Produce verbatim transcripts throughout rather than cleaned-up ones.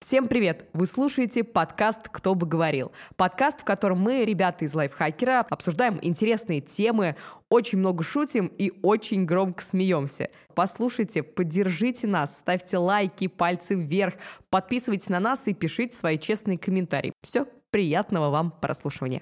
Всем привет! Вы слушаете подкаст «Кто бы говорил». Подкаст, в котором мы, ребята из Лайфхакера, обсуждаем интересные темы, очень много шутим и очень громко смеемся. Послушайте, поддержите нас, ставьте лайки, пальцы вверх, подписывайтесь на нас и пишите свои честные комментарии. Все, приятного вам прослушивания.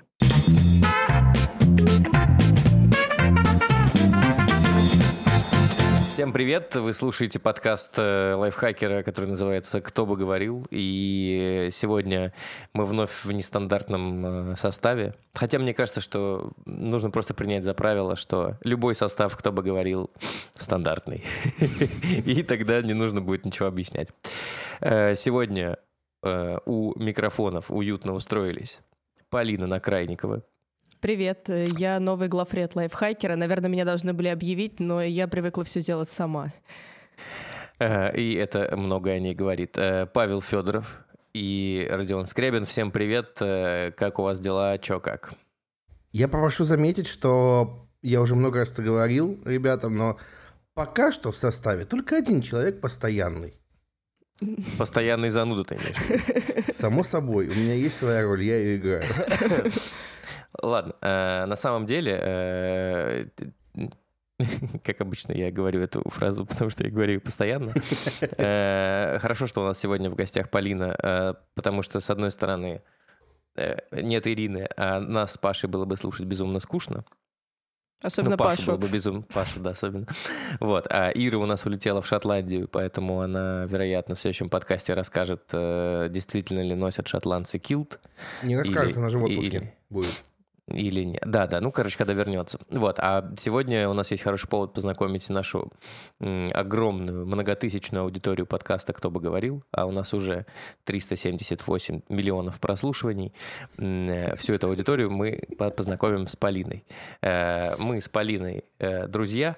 Всем привет! Вы слушаете подкаст Лайфхакера, который называется «Кто бы говорил». И сегодня мы вновь в нестандартном составе. Хотя мне кажется, что нужно просто принять за правило, что любой состав «Кто бы говорил» стандартный. И тогда не нужно будет ничего объяснять. Сегодня у микрофонов уютно устроились Полина Накрайникова. Привет, я новый главред Лайфхакера. Наверное, меня должны были объявить, но я привыкла все делать сама. И это многое о ней говорит. Павел Федоров и Родион Скрябин. Всем привет. Как у вас дела? Чё как? Я попрошу заметить, что я уже много раз это говорил ребятам, но пока что в составе только один человек постоянный. Постоянный зануда ты имеешь? Само собой. У меня есть своя роль, я ее играю. Ладно, э, на самом деле, э, как обычно я говорю эту фразу, потому что я говорю ее постоянно. Э, хорошо, что у нас сегодня в гостях Полина, э, потому что, с одной стороны, э, нет Ирины, а нас с Пашей было бы слушать безумно скучно. Особенно ну, Паша Пашу. Был бы безумно, Паша, да, особенно. Вот. А Ира у нас улетела в Шотландию, поэтому она, вероятно, в следующем подкасте расскажет, э, действительно ли носят шотландцы килт. Не расскажет, или, она же в отпуске или, будет. Или нет. Да, да, ну, короче, когда вернется. Вот, а сегодня у нас есть хороший повод познакомить нашу м, огромную, многотысячную аудиторию подкаста «Кто бы говорил», а у нас уже триста семьдесят восемь миллионов прослушиваний. М, всю эту аудиторию мы познакомим с Полиной. Э, мы с Полиной э, друзья.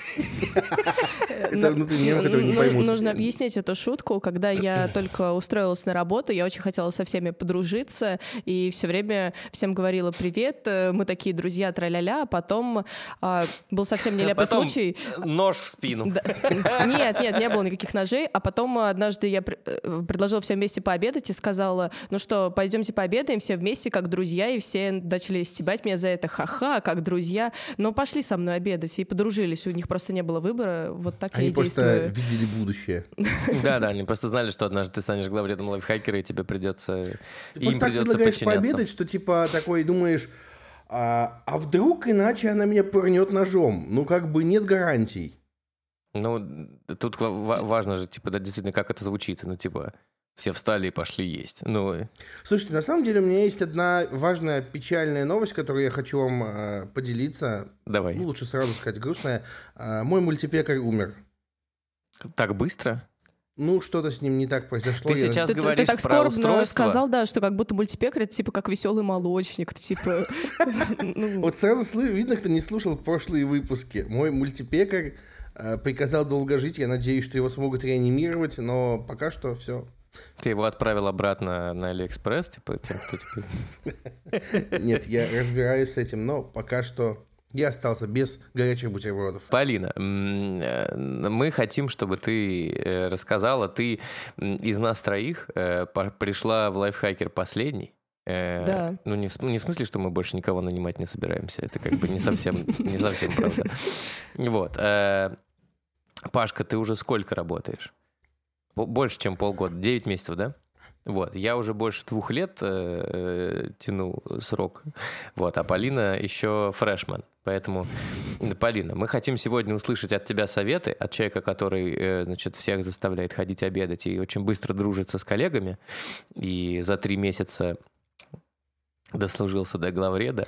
Это внутренний мем, который не поймут. Нужно объяснить эту шутку. Когда я только устроилась на работу, я очень хотела со всеми подружиться и все время всем говорила «привет», мы такие друзья, тра-ля-ля, а потом а, был совсем нелепый потом случай. Нож в спину. Да. Нет, нет, не было никаких ножей, а потом однажды я предложила всем вместе пообедать и сказала, ну что, пойдемте пообедаем все вместе, как друзья, и все начали стебать меня за это, ха-ха, как друзья, но пошли со мной обедать и подружились, у них просто не было выбора, вот так они я и действую. Они просто видели будущее. Да-да, они просто знали, что однажды ты станешь главредом Лайфхакера, и тебе придется, ты им просто придется так предлагаешь подчиняться. пообедать, что типа такой думаешь, а, а вдруг иначе она меня пырнет ножом? Ну как бы нет гарантий. Ну, тут важно же, типа, да, действительно, как это звучит. Ну, типа, все встали и пошли есть. Ну... Слушайте, на самом деле у меня есть одна важная печальная новость, которую я хочу вам э, поделиться. Давай. Ну, лучше сразу сказать грустная. Э, мой мультипекарь умер. Так быстро? Ну, что-то с ним не так произошло. Ты я... сейчас ты, говоришь ты так про скорбно устройство? сказал, да, что как будто мультипекарь, это типа как веселый молочник, типа... Вот сразу видно, кто не слушал прошлые выпуски. Мой мультипекарь приказал долго жить. Я надеюсь, что его смогут реанимировать, но пока что все. Ты его отправил обратно на Алиэкспресс, типа, тем, кто типа... Нет, я разбираюсь с этим, но пока что я остался без горячих бутербродов. Полина, мы хотим, чтобы ты рассказала, ты из нас троих пришла в Лайфхакер последний. Да. Ну, не в, не в смысле, что мы больше никого нанимать не собираемся. Это как бы не совсем, не совсем правда. Вот. Пашка, ты уже сколько работаешь? Больше, чем полгода. Девять месяцев, да? Вот. Я уже больше двух лет э, тяну срок. Вот. А Полина еще фрешмен. Поэтому, Полина, мы хотим сегодня услышать от тебя советы, от человека, который, э, значит, всех заставляет ходить обедать и очень быстро дружится с коллегами. И за три месяца дослужился до главреда.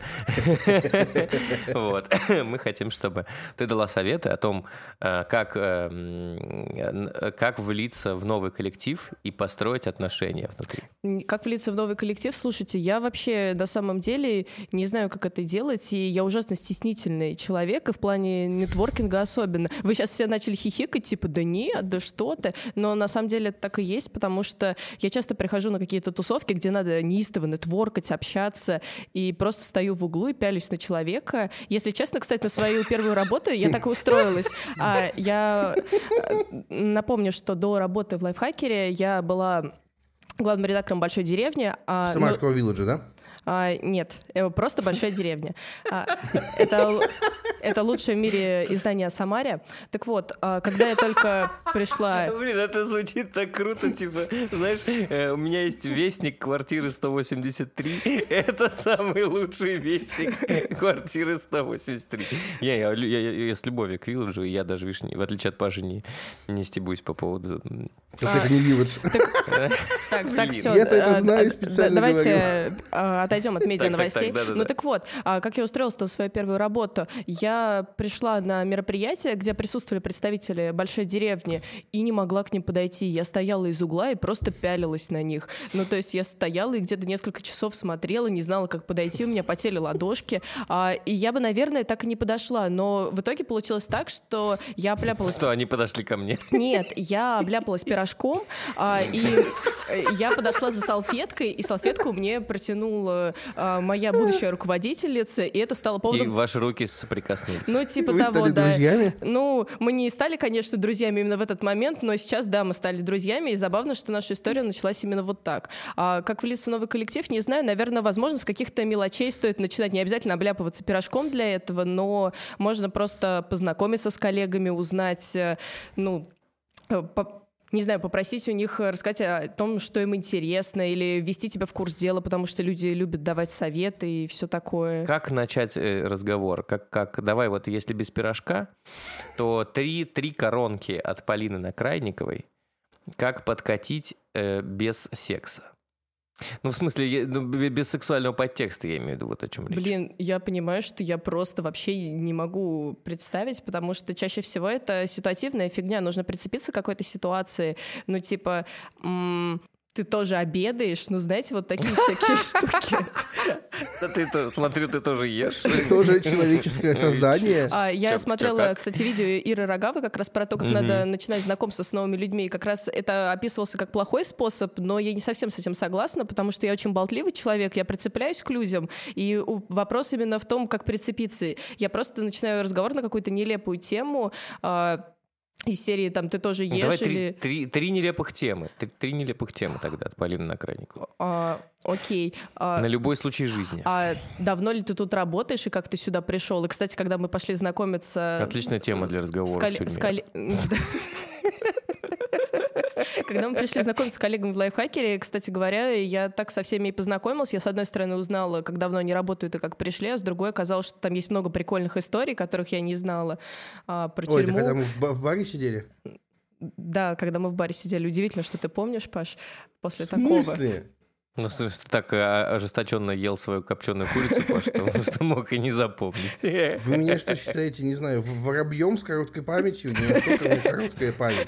Вот. Мы хотим, чтобы ты дала советы о том, как, как влиться в новый коллектив и построить отношения внутри. Как влиться в новый коллектив? Слушайте, я вообще на самом деле не знаю, как это делать, и я ужасно стеснительный человек, и в плане нетворкинга особенно. Вы сейчас все начали хихикать, типа, да нет, да что ты, но на самом деле это так и есть, потому что я часто прихожу на какие-то тусовки, где надо неистово нетворкать, общаться, и просто стою в углу и пялюсь на человека. Если честно, кстати, на свою первую работу я так и устроилась. А я напомню, что до работы в Лайфхакере я была главным редактором «Большой деревни». А, Самарского ну, Вилладжа, да? А, нет, просто «Большая деревня». А, это, это лучшее в мире издание о Самаре. Так вот, а, когда я только пришла... Блин, это звучит так круто, типа, знаешь, э, у меня есть вестник квартиры сто восемьдесят три, это самый лучший вестник квартиры сто восемьдесят три. Я, я, я, я, я с любовью к Вилладжу, и я даже, видишь, в отличие от Паши, не, не стебусь по поводу... Только это не Вилладж. Так, так, все. Я-то это знаю, специально Давайте отойдем от медиа Так, так, новостей. так, да, да, Ну да. так вот, а, как я устроилась на свою первую работу? Я пришла на мероприятие, где присутствовали представители большой деревни, и не могла к ним подойти. Я стояла из угла и просто пялилась на них. Ну то есть я стояла и где-то несколько часов смотрела, не знала, как подойти, у меня потели ладошки. А, и я бы, наверное, так и не подошла. Но в итоге получилось так, что я обляпалась... Что, они подошли ко мне? Нет, я обляпалась пирожком, а, и я подошла за салфеткой, и салфетку мне протянула а, моя будущая руководительница, и это стало И поводом... ваши руки соприкоснулись. Ну, типа Вы того, стали да. друзьями? Ну, мы не стали, конечно, друзьями именно в этот момент, но сейчас, да, мы стали друзьями, и забавно, что наша история началась именно вот так. А как влиться в новый коллектив, не знаю, наверное, возможно, с каких-то мелочей стоит начинать. Не обязательно обляпываться пирожком для этого, но можно просто познакомиться с коллегами, узнать, ну, по не знаю, попросить у них рассказать о том, что им интересно, или ввести тебя в курс дела, потому что люди любят давать советы и все такое. Как начать э, разговор? Как, как, давай вот, если без пирожка, то три, три коронки от Полины Накрайниковой. Как подкатить э, без секса? Ну, в смысле, я, ну, без сексуального подтекста, я имею в виду, вот о чем речь. Блин, я понимаю, что я просто вообще не могу представить, потому что чаще всего это ситуативная фигня. Нужно прицепиться к какой-то ситуации. Ну, типа, м- ты тоже обедаешь, ну, знаете, вот такие всякие штуки. Да ты, смотрю, ты тоже ешь. Тоже человеческое создание. А, я Чё- смотрела, чё, как? кстати, видео Иры Рогавой как раз про то, как Мгм. надо начинать знакомство с новыми людьми. И как раз это описывался как плохой способ, но я не совсем с этим согласна, потому что я очень болтливый человек, я прицепляюсь к людям, и у- вопрос именно в том, как прицепиться. Я просто начинаю разговор на какую-то нелепую тему, а, из серии там «ты тоже ешь» Давай или... три, три, три нелепых темы. Три, три нелепых темы тогда от Полины Накрайниковой. А, окей. А, На любой случай жизни. а давно ли ты тут работаешь и как ты сюда пришел? И, кстати, когда мы пошли знакомиться... Отличная тема для разговора с с колле- людьми. с колле- Да. Когда мы пришли знакомиться с коллегами в лайфхакере, кстати говоря, я так со всеми и познакомилась. Я, с одной стороны, узнала, как давно они работают и как пришли, а с другой оказалось, что там есть много прикольных историй, которых я не знала. А, про Ой, это тюрьму. когда мы в, ба- в баре сидели? Да, когда мы в баре сидели. Удивительно, что ты помнишь, Паш, после В такого. смысле? Ну, в смысле, ты так э, ожесточенно ел свою копченую курицу, Паш, что, что мог и не запомнить. Вы меня что считаете, не знаю, в- воробьем с короткой памятью? Не настолько у меня короткая память.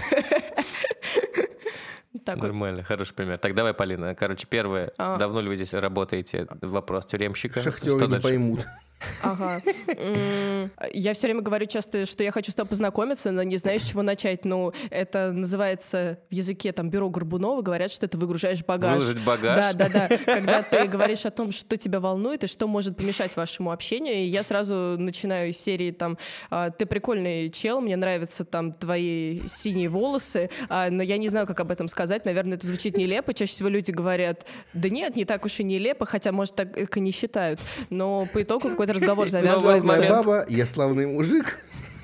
Так вот. Нормально, хороший пример. Так, давай, Полина. Короче, первое. А. Давно ли вы здесь работаете? Вопрос тюремщика. Шахтеры Что не дальше? поймут. Ага. М, Я все время говорю часто, что я хочу с тобой познакомиться, но не знаю, с чего начать. Ну, это называется в языке там бюро Горбунова, говорят, что ты выгружаешь багаж. Выложить багаж? Да, да, да. Когда ты говоришь о том, что тебя волнует и что может помешать вашему общению, и я сразу начинаю из серии там: а, ты прикольный чел, мне нравятся там твои синие волосы, а, но я не знаю, как об этом сказать. Наверное, это звучит нелепо. Чаще всего люди говорят: да нет, не так уж и нелепо, хотя, может, так и не считают. Но по итогу какой-то разговор завязывается. Моя баба, я славный мужик.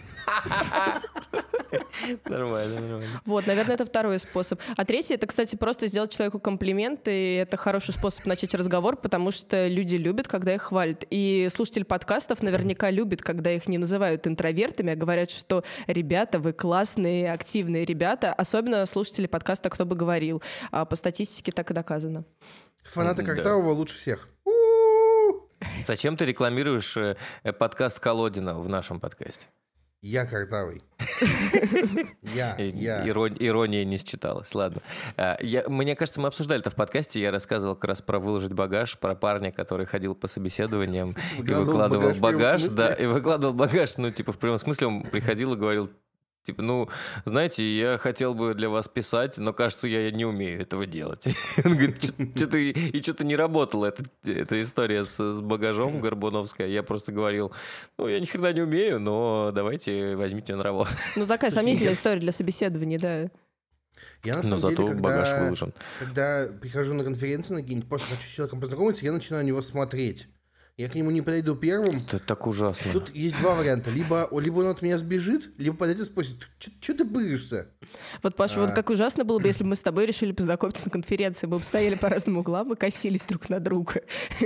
Нормально, нормально. Вот, наверное, это второй способ. А третий — это, кстати, просто сделать человеку комплимент, и это хороший способ начать разговор, потому что люди любят, когда их хвалят. И слушатель подкастов наверняка любит, когда их не называют интровертами, а говорят, что ребята, вы классные, активные ребята, особенно слушатели подкаста «Кто бы говорил». А по статистике так и доказано. Фанаты Да. Картавого лучше всех. Зачем ты рекламируешь э, подкаст Колодина в нашем подкасте? Я Картавый. Я, И- я. ирон- Ирония не считалась. Ладно. А, я- Мне кажется, мы обсуждали это в подкасте. Я рассказывал как раз про выложить багаж, про парня, который ходил по собеседованиям и Выкладывал выкладывал багаж в прямом багаж. смысле? Да, и выкладывал багаж. Ну, типа, в прямом смысле он приходил и говорил: типа, ну, знаете, я хотел бы для вас писать, но, кажется, я не умею этого делать. Он говорит: что-то и что-то не работала эта, эта история с, с багажом горбуновская. Я просто говорил: ну, я ни хрена не умею, но давайте возьмите меня на работу. Ну, такая сомнительная история для собеседования, да. Я на Но самом зато деле, багаж когда, выложен. когда прихожу на конференции, на какие-нибудь, просто хочу с человеком познакомиться, я начинаю на него смотреть. Я к нему не подойду первым. Это так ужасно. Тут есть два варианта. Либо, либо он от меня сбежит, либо подойдет и спросит, что ты боишься? Вот, Паша, А. вот как ужасно было бы, если бы мы с тобой решили познакомиться на конференции. Мы бы стояли по разным углам и косились друг на друга.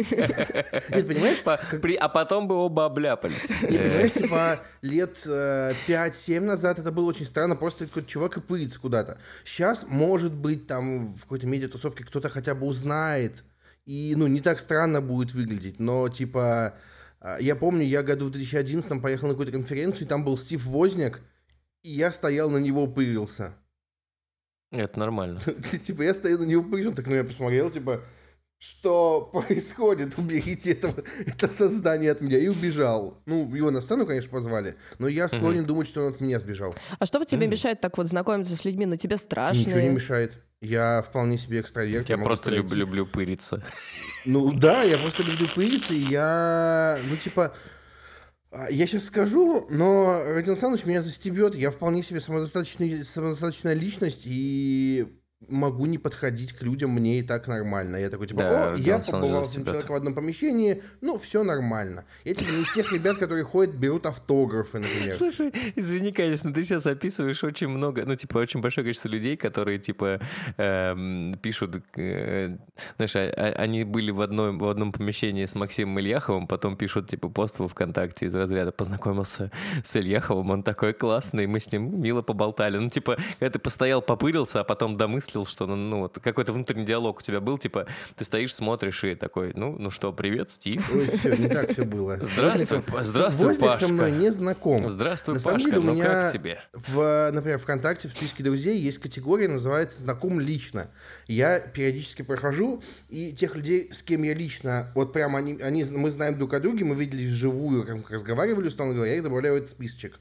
Нет, понимаешь? По- при- А потом бы оба обляпались. Нет, понимаешь, типа лет э, пять-семь назад это было очень странно, просто какой-то чувак и пырится куда-то. Сейчас, может быть, там в какой-то медиатусовке кто-то хотя бы узнает, и, ну, не так странно будет выглядеть, но, типа, э, я помню, я году в две тысячи одиннадцатом поехал на какую-то конференцию, и там был Стив Возняк, и я стоял на него, пырился. Это нормально. Типа, я стою на него, пырился, он так на меня посмотрел, типа, что происходит, уберите это, это создание от меня, и убежал. Ну, его на сцену, конечно, позвали, но я склонен думать, что он от меня сбежал. А что вот тебе Мгм. мешает так вот знакомиться с людьми? Ну, тебе страшно. Ничего не мешает. Я вполне себе экстраверт. Я могу просто подойти. люб- люблю пыриться. Ну да, я просто люблю пыриться, и я, ну типа, а, я сейчас скажу, но Родион Александрович меня застебет. Я вполне себе самодостаточный, самодостаточная личность, и могу не подходить к людям, мне и так нормально. Я такой, типа, Да, о, Родион я Александрович побывал с этим застебет. человеком в одном помещении, ну, все нормально. Я типа не из тех ребят, которые ходят, берут автографы, например. Слушай, извини, конечно, ты сейчас описываешь очень много, ну, типа, очень большое количество людей, которые, типа, эм, пишут, э, знаешь, а- а- они были в одном, в одном помещении с Максимом Ильяховым, потом пишут, типа, пост во ВКонтакте из разряда «Познакомился с Ильяховым, он такой классный, мы с ним мило поболтали». Ну, типа, когда ты постоял, попырился, а потом домыслил, что, ну, ну, вот какой-то внутренний диалог у тебя был, типа, ты стоишь, смотришь и такой, ну, ну что, привет, Стив. Ой, все, не так все было. Здравствуй, Возник- Па- здравствуй, Возник Пашка. со мной не знаком. Здравствуй, На самом Пашка, деле, у ну меня как тебе? В, например, ВКонтакте в списке друзей есть категория, называется «Знаком лично». Я периодически прохожу, и тех людей, с кем я лично, вот прям они, они, мы знаем друг о друге, мы виделись вживую, как разговаривали, условно говоря, я их добавляю в этот списочек.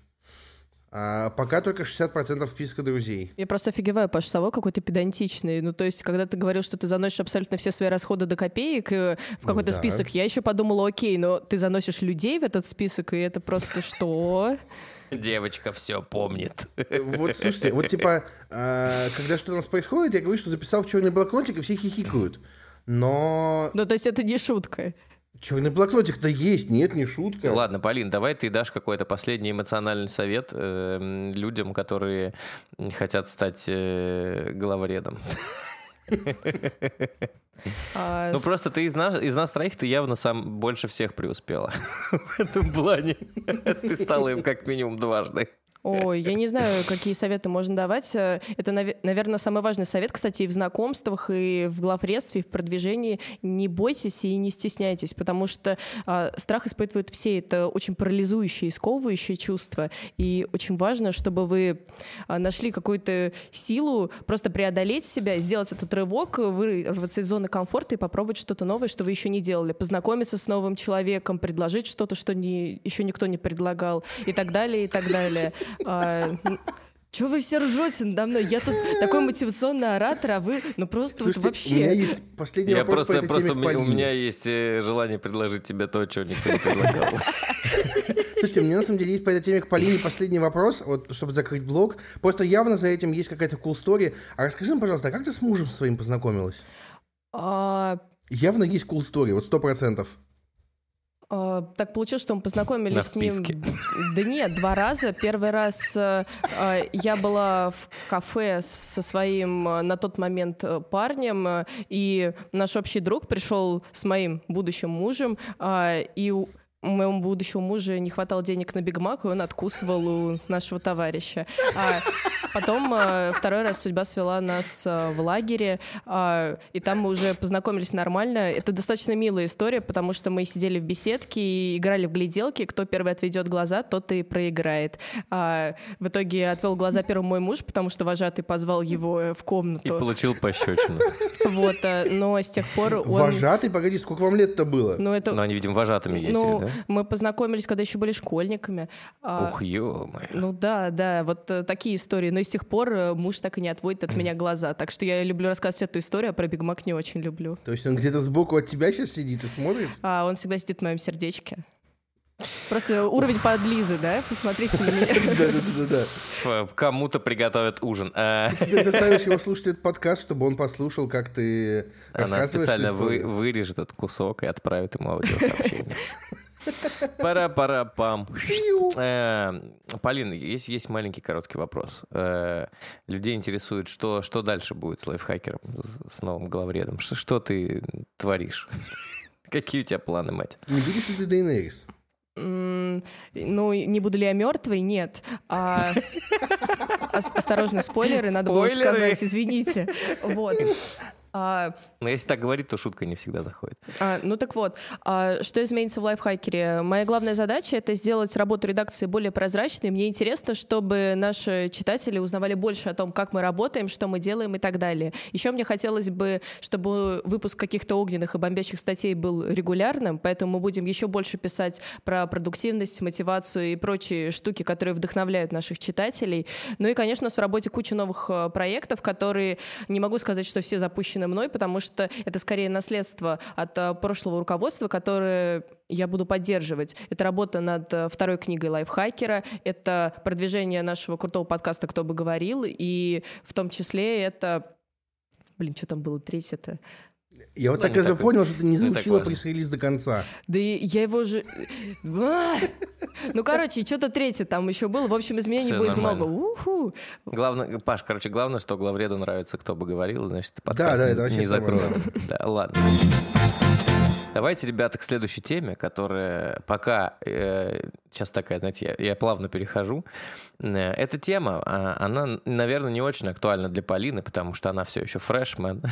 А, пока только шестьдесят процентов списка друзей. Я просто офигеваю, Паш, с того, какой ты педантичный. Ну, то есть, когда ты говорил, что ты заносишь абсолютно все свои расходы до копеек э, в какой-то да. список, я еще подумала, окей, но ты заносишь людей в этот список, и это просто что? Девочка все помнит. Вот, слушайте, вот типа, а, когда что у нас происходит, я говорю, что записал в черный блокнотик, и все хихикают. Но Ну, то есть, это не шутка. черный блокнотик-то есть, нет, не шутка. Ладно, Полин, давай ты дашь какой-то последний эмоциональный совет э, людям, которые хотят стать э, главредом. А, Ну с- просто ты из нас, из нас троих ты явно сам больше всех преуспела в этом плане. Ты стала им как минимум дважды. Ой, я не знаю, какие советы можно давать. Э, Это, наве- наверное, самый важный совет, кстати, и в знакомствах, и в главредстве, и в продвижении. Не бойтесь и не стесняйтесь, потому что а, страх испытывают все. Это очень парализующее и сковывающее чувство. И очень важно, чтобы вы а, нашли какую-то силу просто преодолеть себя, сделать этот рывок, вырваться из зоны комфорта и попробовать что-то новое, что вы еще не делали. Познакомиться с новым человеком, предложить что-то, что не, еще никто не предлагал, и так далее, и так далее. А, н- Чего вы все ржете надо мной? Я тут такой мотивационный оратор, а вы, ну просто вот Слушайте, у меня вообще. есть последний Я вопрос просто, по этой просто теме у к меня- у Полине. меня есть э, желание предложить тебе то, чего никто не предлагал. Слушайте, у меня на самом деле есть по этой теме к Полине последний вопрос, вот, чтобы закрыть блог. Просто явно за этим есть какая-то cool story. А расскажи мне, пожалуйста, а как ты с мужем своим познакомилась? А, Явно есть cool story, вот сто процентов. а, так получилось, что мы познакомились На с ним. вписке. Да нет, два раза. Первый раз э, а, я была в кафе со своим э, на тот момент э, парнем, э, и наш общий друг пришел с моим будущим мужем, а, и у у моего будущего мужа не хватало денег на Биг Мак, и он откусывал у нашего товарища. А потом э, второй раз судьба свела нас э, в лагере, а, и там мы уже познакомились нормально. Это достаточно милая история, потому что мы сидели в беседке и играли в гляделки. Кто первый отведет глаза, тот и проиграет. А, в итоге отвел глаза первым мой муж, потому что вожатый позвал его э, в И комнату. получил пощечину. Вот, э, но с тех пор он... Вожатый, погоди, сколько вам лет-то было? Ну, это... Но они, видимо, вожатыми ездили, Ну, да? мы познакомились, когда еще были школьниками. А, Ух, ё-моё. Ну да, да, вот э, такие истории. Но и с тех пор э, муж так и не отводит от меня глаза. Так что я люблю рассказывать эту историю, а про Биг Мак не очень люблю. То есть он где-то сбоку от тебя сейчас сидит и смотрит? А он всегда сидит в моем сердечке. Просто уровень подлизы, да? Посмотрите на меня. Да-да-да. Кому-то приготовят ужин. А, Ты теперь заставишь его слушать этот подкаст, чтобы он послушал, как ты Она рассказываешь специально эту вы- историю. вырежет этот кусок и отправит ему аудиосообщение. Пара-пара-пам. Э, Полина, есть, есть маленький короткий вопрос. Э, Людей интересует, что, что дальше будет с лайфхакером, с, с новым главредом. Что, что ты творишь? Какие у тебя планы, мать? Не будешь ли ты Дейнерис? М, Ну, не буду ли я мертвой? Нет. А, с- ос- Осторожно, спойлеры, надо было Спойлеры. сказать, извините. Вот. А, Но если так говорить, то шутка не всегда заходит. А, ну так вот, а, что изменится в лайфхакере? Моя главная задача — это сделать работу редакции более прозрачной. Мне интересно, чтобы наши читатели узнавали больше о том, как мы работаем, что мы делаем и так далее. Еще мне хотелось бы, чтобы выпуск каких-то огненных и бомбящих статей был регулярным, поэтому мы будем еще больше писать про продуктивность, мотивацию и прочие штуки, которые вдохновляют наших читателей. Ну и, конечно, у нас в работе куча новых э, проектов, которые, не могу сказать, что все запущены мной, потому что это скорее наследство от э, прошлого руководства, которое я буду поддерживать. Это работа над э, второй книгой лайфхакера, это продвижение нашего крутого подкаста «Кто бы говорил», и в том числе это... Блин, что там было третье-то? Я вот Ну, так не и так- запомнил, что ты не не так заучила важно. пресс-релиз до конца. Да и я его же... А! Ну, короче, что-то третье там еще было. В общем, изменений Всё будет нормально. много. Уху. Главное, Паш, короче, главное, что главреду нравится, кто бы говорил, значит, подкаст Да, да, не- это вообще не самое закроют. Да, ладно. Давайте, ребята, к следующей теме, которая пока... э, сейчас такая, знаете, я, я плавно перехожу. Э, Эта тема, а, она, наверное, не очень актуальна для Полины, потому что она все еще фрешмен.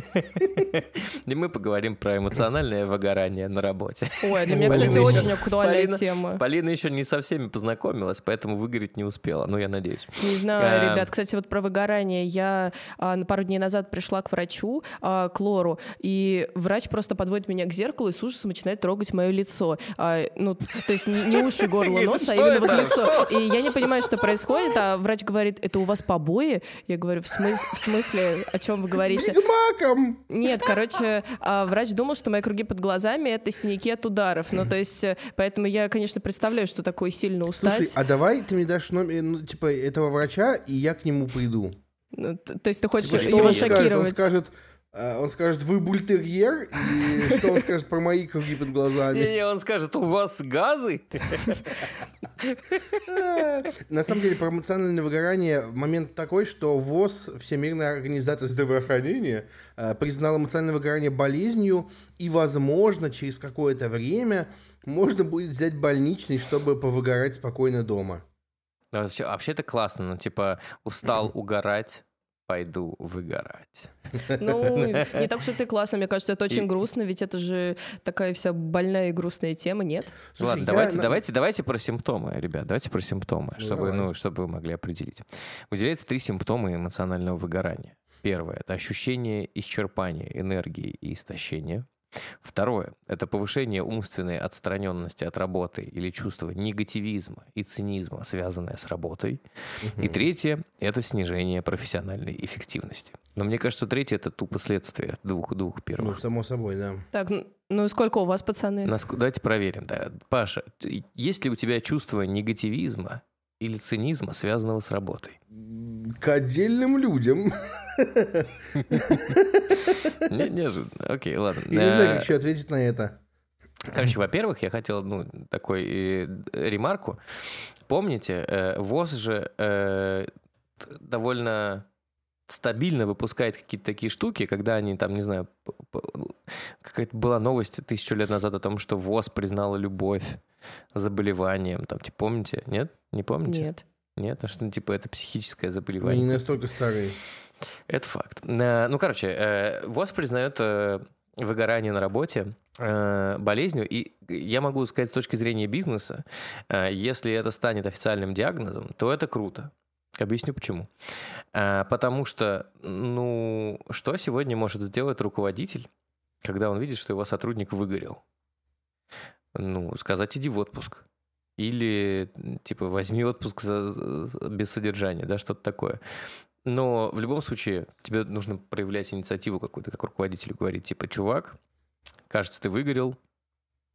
И мы поговорим про эмоциональное выгорание на работе. Ой, для меня, Полина кстати, еще- очень актуальная Полина- тема. Полина еще не со всеми познакомилась, поэтому выгореть не успела. Ну, я надеюсь. Не знаю, Эм. ребят, кстати, вот про выгорание. Я а, на пару дней назад пришла к врачу, а, к Лору, и врач просто подводит меня к зеркалу и с ужасом начинает трогать мое лицо. А, ну, то есть не, не уши, горло, Это нос, а что именно вот это? лицо. И я не понимаю, что происходит, а врач говорит, это у вас побои? Я говорю, в, смыс- в смысле, о чем вы говорите? Бигмаком! Нет, короче, а, врач думал, что мои круги под глазами — это синяки от ударов. Ну, то есть, э, поэтому я, конечно, представляю, что такое сильно устать. Слушай, а давай ты мне дашь номер, ну, типа, этого врача, и я к нему приду. Ну, т- то есть ты хочешь Типа, Что его он скажет? Он шокировать? скажет, э, он скажет, вы бультерьер, и что он скажет про мои круги под глазами. И он скажет, у вас газы? На самом деле, про эмоциональное выгорание момент такой, что ВОЗ, Всемирная организация здравоохранения, э, признала эмоциональное выгорание болезнью, и, возможно, через какое-то время можно будет взять больничный, чтобы повыгорать спокойно дома. Ну, вообще- Вообще это классно, ну, типа, устал угорать, пойду выгорать. Ну, не так уж это и классно, мне кажется, это очень И- грустно, ведь это же такая вся больная и грустная тема, нет? Слушай, Ладно, я давайте, на- давайте, давайте про симптомы, ребят, давайте про симптомы, Ну, чтобы, давай. ну, чтобы вы могли определить. Выделяется три симптома эмоционального выгорания. Первое – это ощущение исчерпания энергии и истощения. Второе – это повышение умственной отстраненности от работы или чувство негативизма и цинизма, связанное с работой. И третье – это снижение профессиональной эффективности. Но мне кажется, третье – это тупо следствие двух, двух Ну, первых. само собой, да. Так, н- ну сколько у вас, пацаны? Наск- Давайте проверим. Да. Паша, т- есть ли у тебя чувство негативизма или цинизма, связанного с работой? К отдельным людям. Не- Неожиданно. Окей, ладно. Я не знаю, Э, как еще ответить на это. Короче, во-первых, я хотел, ну, такой э, ремарку. Помните, э, ВОЗ же э, т- довольно стабильно выпускает какие-то такие штуки, когда они там, не знаю, п- п- какая-то была новость тысячу лет назад о том, что ВОЗ признала любовь заболеванием. Там, типа, помните? Нет? Не помните? Нет. Нет? А что, ну, типа, это психическое Мы заболевание. не настолько старые. Это факт. Э, Ну, короче, э, ВОЗ признает э, выгорание на работе э, болезнью, и я могу сказать с точки зрения бизнеса, э, если это станет официальным диагнозом, то это круто. Объясню почему. Э, Потому что, ну, что сегодня может сделать руководитель, когда он видит, что его сотрудник выгорел? Ну, сказать, иди в отпуск. Или, типа, возьми отпуск за- за- без содержания, да, что-то такое. Но в любом случае тебе нужно проявлять инициативу какую-то, как руководителю говорить, типа, чувак, кажется, ты выгорел,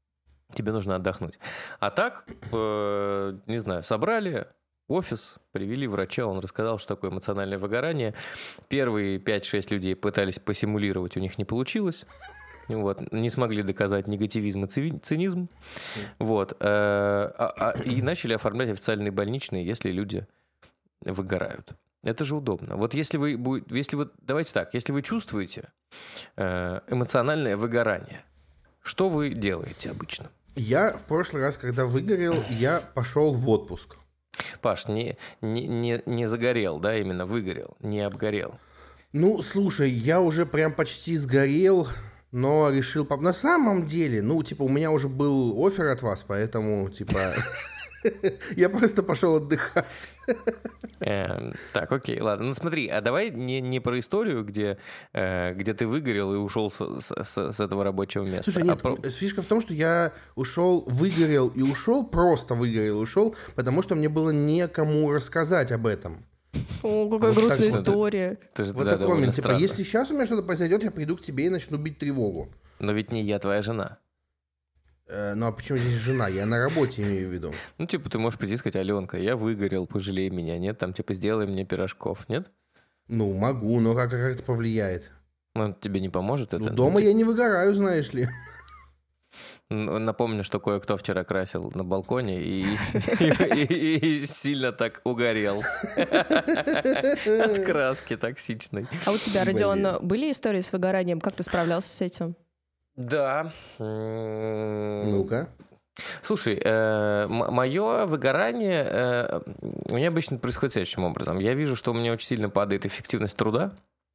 тебе нужно отдохнуть. А так, э, не знаю, собрали офис, привели врача, он рассказал, что такое эмоциональное выгорание. Первые пять-шесть людей пытались посимулировать, у них не получилось. Вот, не смогли доказать негативизм и цинизм. Вот, э, а, а, и начали оформлять официальные больничные, если люди выгорают. Это же удобно. Вот если вы, будет, если вот, давайте так, если вы чувствуете э, эмоциональное выгорание, что вы делаете обычно? Я в прошлый раз, когда выгорел, я пошел в отпуск. Паш, не, не, не, не загорел, да, именно выгорел, не обгорел. Ну, слушай, я уже прям почти сгорел, но решил... На самом деле, ну, типа, у меня уже был оффер от вас, поэтому, типа... Я просто пошел отдыхать. Э, так, окей, ладно. Ну смотри, а давай не, не про историю, где, э, где ты выгорел и ушел с, с, с этого рабочего места. Слушай, нет, а про... фишка в том, что я ушел, выгорел и ушел, просто выгорел и ушел, потому что мне было некому рассказать об этом. О, какая Вот грустная так, история. Ты же, Вот да, такой момент. Типа, странно. если сейчас у меня что-то произойдет, я приду к тебе и начну бить тревогу. Но ведь не я твоя жена. Э, ну а почему здесь жена? Я на работе имею в виду. Ну, типа, ты можешь прийти и сказать: Аленка, я выгорел, пожалей меня, нет? Там, типа, сделай мне пирожков, нет? Ну, могу, но как, как это повлияет? Ну, тебе не поможет это? Ну, дома ну, я не выгораю, знаешь ли. Напомню, что кое-кто вчера красил на балконе и, и, и сильно так угорел от краски токсичной. А у тебя, Родион, были истории с выгоранием? Как ты справлялся с этим? Да. Ну-ка. Слушай, э, мое выгорание э, у меня обычно происходит следующим образом. Я вижу, что у меня очень сильно падает эффективность труда.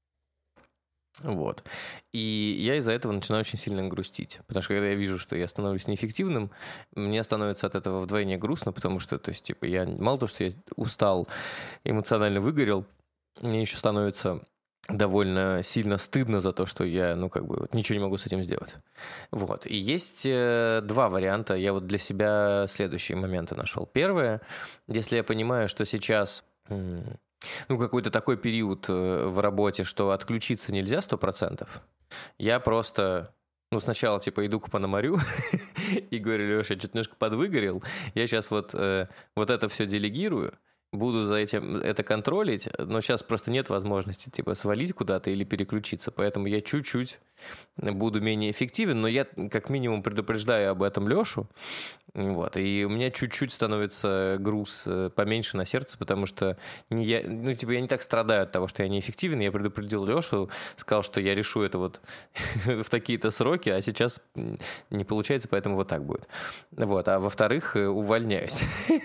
Вот. И я из-за этого начинаю очень сильно грустить. Потому что когда я вижу, что я становлюсь неэффективным, мне становится от этого вдвойне грустно, потому что, то есть, типа, я мало того, что я устал, эмоционально выгорел, мне еще становится довольно сильно стыдно за то, что я, ну, как бы, вот, ничего не могу с этим сделать. Вот. И есть э, два варианта. Я вот для себя следующие моменты нашел. Первое, если я понимаю, что сейчас... М- Ну, какой-то такой период в работе, что отключиться нельзя сто процентов. Я просто, ну, сначала, типа, иду к Пономарю и говорю: Леша, я что-то немножко подвыгорел, я сейчас вот, э, вот это все делегирую, буду за этим это контролить, но сейчас просто нет возможности, типа, свалить куда-то или переключиться, поэтому я чуть-чуть буду менее эффективен, но я как минимум предупреждаю об этом Лешу, вот, и у меня чуть-чуть становится груз поменьше на сердце, потому что не я, ну, типа, я не так страдаю от того, что я неэффективен, я предупредил Лешу, сказал, что я решу это вот в такие-то сроки, а сейчас не получается, поэтому вот так будет. Вот, а во-вторых, увольняюсь.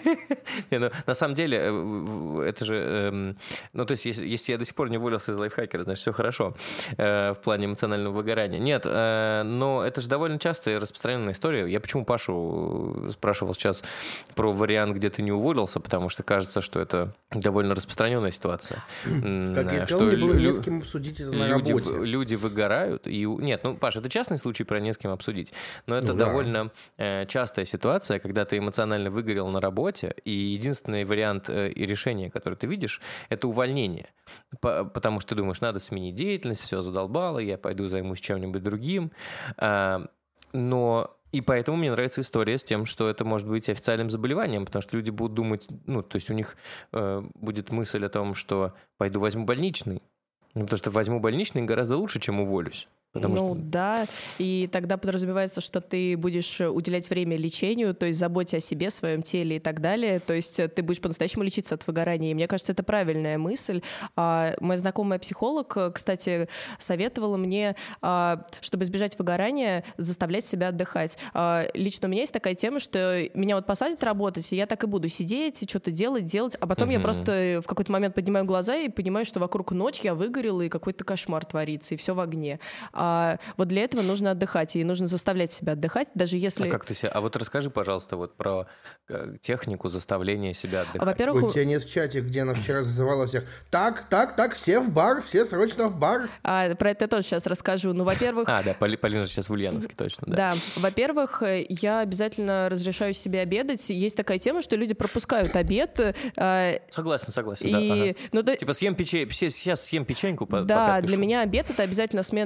На самом деле, это же, ну, то есть, если я до сих пор не уволился из лайфхакера, значит, все хорошо в плане эмоционального выгорания. Нет, но это же довольно частая и распространенная история. Я почему Пашу спрашивал сейчас про вариант, где ты не уволился, потому что кажется, что это довольно распространенная ситуация. Как я сказал, мне было не с кем обсудить это на люди, работе. Люди выгорают. И... Нет, ну, Паша, это частный случай, про не с кем обсудить. Но это ну, довольно э, частая ситуация, когда ты эмоционально выгорел на работе, и единственный вариант э, и решение, которое ты видишь, это увольнение. По- потому что ты думаешь, надо сменить деятельность, все задолбало, я пойду займусь чем-нибудь другим. А, но... И поэтому мне нравится история с тем, что это может быть официальным заболеванием, потому что люди будут думать, ну, то есть у них э, будет мысль о том, что пойду возьму больничный, ну, потому что возьму больничный гораздо лучше, чем уволюсь. Потому ну что... да, и тогда подразумевается, что ты будешь уделять время лечению, то есть заботе о себе, своем теле и так далее, то есть ты будешь по-настоящему лечиться от выгорания, и мне кажется, это правильная мысль. А, моя знакомая психолог, кстати, советовала мне, а, чтобы избежать выгорания, заставлять себя отдыхать. А, лично у меня есть такая тема, что меня вот посадят работать, и я так и буду сидеть, и что-то делать, делать, а потом uh-huh. я просто в какой-то момент поднимаю глаза и понимаю, что вокруг ночь, я выгорела, и какой-то кошмар творится, и все в огне. А вот для этого нужно отдыхать, и нужно заставлять себя отдыхать, даже если... А как ты себя... А вот расскажи, пожалуйста, вот про технику заставления себя отдыхать. А, во-первых... У тебя нет в чате, где она вчера зазывала всех. Так, так, так, все в бар, все срочно в бар. А, про это я тоже сейчас расскажу. Ну, во-первых... А, да, Полина сейчас в Ульяновске, точно, да. Да. Во-первых, я обязательно разрешаю себе обедать. Есть такая тема, что люди пропускают обед. Согласен, согласен, и... да. Ага. Ну, да... Типа съем печеньку, сейчас съем печеньку, Да, пока для пишу. меня обед — это обязательно смена обстановки.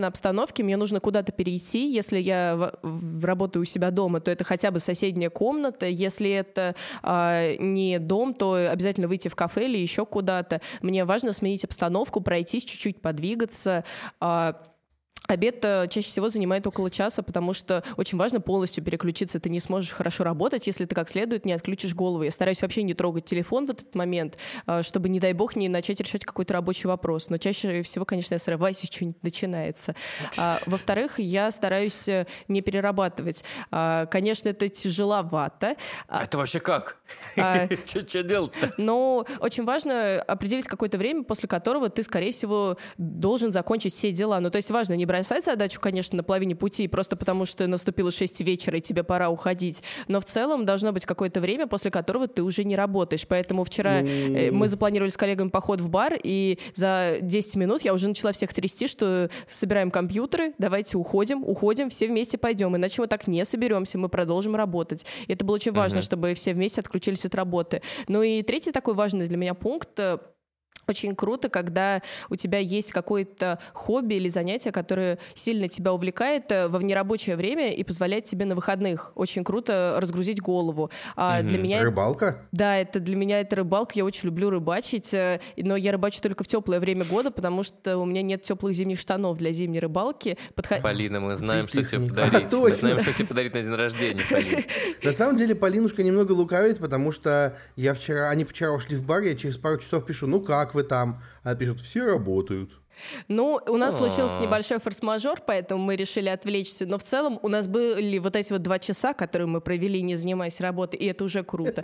обстановке, мне нужно куда-то перейти. Если я в, в, работаю у себя дома, то это хотя бы соседняя комната. Если это а, не дом, то обязательно выйти в кафе или еще куда-то. Мне важно сменить обстановку, пройтись, чуть-чуть подвигаться. А, Обед чаще всего занимает около часа, потому что очень важно полностью переключиться. Ты не сможешь хорошо работать, если ты как следует не отключишь голову. Я стараюсь вообще не трогать телефон в этот момент, чтобы, не дай бог, не начать решать какой-то рабочий вопрос. Но чаще всего, конечно, я срываюсь, и что-нибудь начинается. А, во-вторых, я стараюсь не перерабатывать. А, конечно, это тяжеловато. Это вообще как? А, что делать-то? Но очень важно определить какое-то время, после которого ты, скорее всего, должен закончить все дела. Ну, то есть важно не брать бросать задачу, конечно, на половине пути, просто потому что наступило шесть вечера, и тебе пора уходить. Но в целом должно быть какое-то время, после которого ты уже не работаешь. Поэтому вчера mm. мы запланировали с коллегами поход в бар, и за десять минут я уже начала всех трясти, что собираем компьютеры, давайте уходим, уходим, все вместе пойдем. Иначе мы так не соберемся, мы продолжим работать. И это было очень важно, uh-huh. чтобы все вместе отключились от работы. Ну и третий такой важный для меня пункт — очень круто, когда у тебя есть какое-то хобби или занятие, которое сильно тебя увлекает во внерабочее время и позволяет тебе на выходных очень круто разгрузить голову. А mm-hmm. для меня... Рыбалка? Да, это для меня это рыбалка. Я очень люблю рыбачить, но я рыбачу только в теплое время года, потому что у меня нет теплых зимних штанов для зимней рыбалки. Подход... Полина, мы знаем, что тебе подарить. Мы знаем, что тебе подарить на день рождения, Полина. На самом деле, Полинушка немного лукавит, потому что я вчера, они вчера ушли в бар, я через пару часов пишу, ну как вы там? Она пишет, все работают. Ну, у нас случился небольшой форс-мажор, поэтому мы решили отвлечься. Но в целом у нас были вот эти вот два часа, которые мы провели, не занимаясь работой, и это уже круто.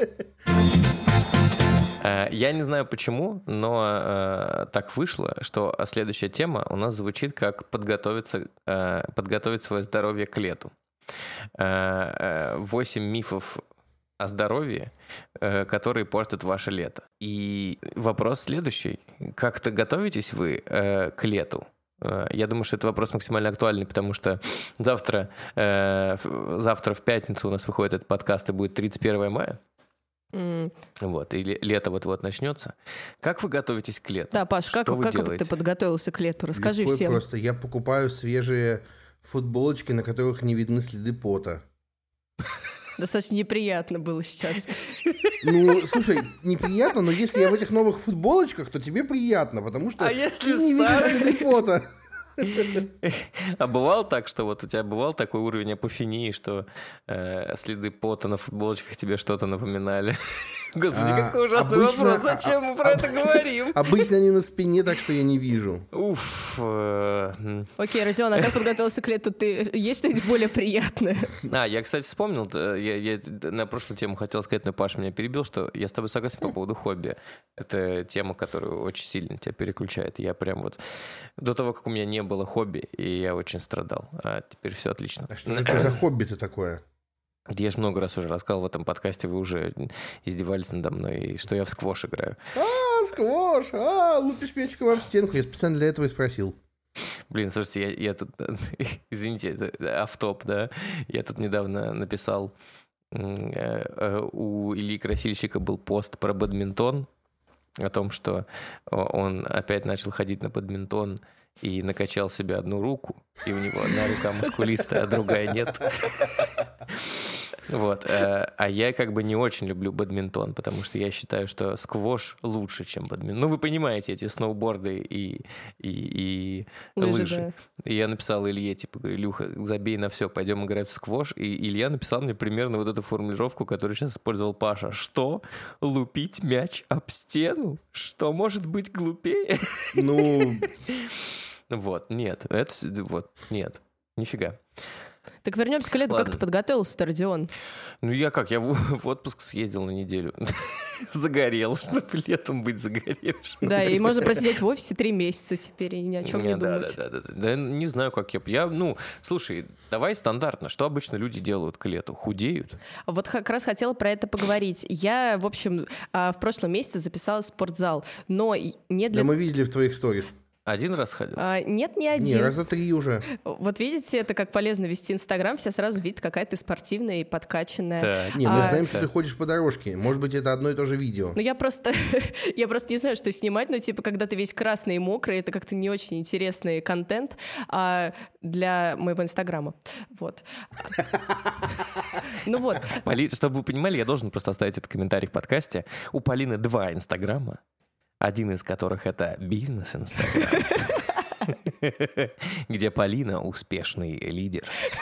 Я не знаю почему, но э, так вышло, что следующая тема у нас звучит как подготовиться, э, подготовить свое здоровье к лету. Восемь э, э, мифов о здоровье, э, которые портят ваше лето. И вопрос следующий. Как-то готовитесь вы э, к лету? Э, я думаю, что это вопрос максимально актуальный, потому что завтра, э, завтра в пятницу у нас выходит этот подкаст, и будет тридцать первое мая. Mm. Вот, и лето вот-вот начнется. Как вы готовитесь к лету? Да, Паш, как, как ты подготовился к лету? Расскажи Легко всем. Просто я покупаю свежие футболочки, на которых не видны следы пота. Достаточно неприятно было сейчас. Ну, слушай, неприятно, но если я в этих новых футболочках, то тебе приятно, потому что а ты если не видишь следы пота. А бывало так, что вот у тебя бывал такой уровень апофении, что э, следы пота на футболочках тебе что-то напоминали? Господи, а, какой ужасный обычно, вопрос. Зачем а, мы про а, это говорим? Обычно они на спине, так что я не вижу. Уф. Э, Окей, Родион, а как подготовился к лету? Ты есть что-нибудь более приятное? А, я, кстати, вспомнил, я, я на прошлую тему хотел сказать, но Паша меня перебил, что я с тобой согласен по поводу хобби. Это тема, которая очень сильно тебя переключает. Я прям вот до того, как у меня не было хобби, и я очень страдал. А теперь все отлично. А что это за хобби-то такое? Я же много раз уже рассказывал в этом подкасте, вы уже издевались надо мной, что я в сквош играю. А, сквош, а, лупишь мячиком об стенку. Я специально для этого и спросил. Блин, слушайте, я, я тут, извините, это автоп, да, я тут недавно написал, у Ильи Красильщика был пост про бадминтон, о том, что он опять начал ходить на бадминтон и накачал себе одну руку, и у него одна рука мускулистая, а другая нет. Вот. А я как бы не очень люблю бадминтон, потому что я считаю, что сквош лучше, чем бадминтон. Ну, вы понимаете, эти сноуборды и, и, и лыжи. лыжи. Да. И я написал Илье, типа, говорю, Илюха, забей на все, пойдем играть в сквош. И Илья написал мне примерно вот эту формулировку, которую сейчас использовал Паша. Что? Лупить мяч об стену? Что может быть глупее? Ну... Вот, нет, это вот, нет, нифига. Так вернемся к лету. Ладно. Как ты подготовился-то, Родион? Ну я как, я в, в отпуск съездил на неделю. Загорел, чтобы летом быть загоревшим. Да, и можно просидеть в офисе три месяца теперь и ни о чем не, не думать. Да, да, да, да. Да, не знаю, как я... я... Ну, слушай, давай стандартно. Что обычно люди делают к лету? Худеют? Вот как раз хотела про это поговорить. Я, в общем, в прошлом месяце записалась в спортзал, но не для... Да, мы видели в твоих сторис. Один раз ходил? А, нет, не один. Не, раза три уже. Вот видите, это как полезно вести Инстаграм, все сразу видят, какая ты спортивная и подкачанная. Так. Не, мы А, знаем, что так. ты ходишь по дорожке. Может быть, это одно и то же видео. Ну, я просто, я просто не знаю, что снимать, но, типа, когда ты весь красный и мокрый, это как-то не очень интересный контент а, для моего Инстаграма. Вот. Ну вот. Поли- Чтобы вы понимали, я должен просто оставить этот комментарий в подкасте. У Полины два Инстаграма, один из которых это бизнес-инстаграм, где Полина успешный лидер,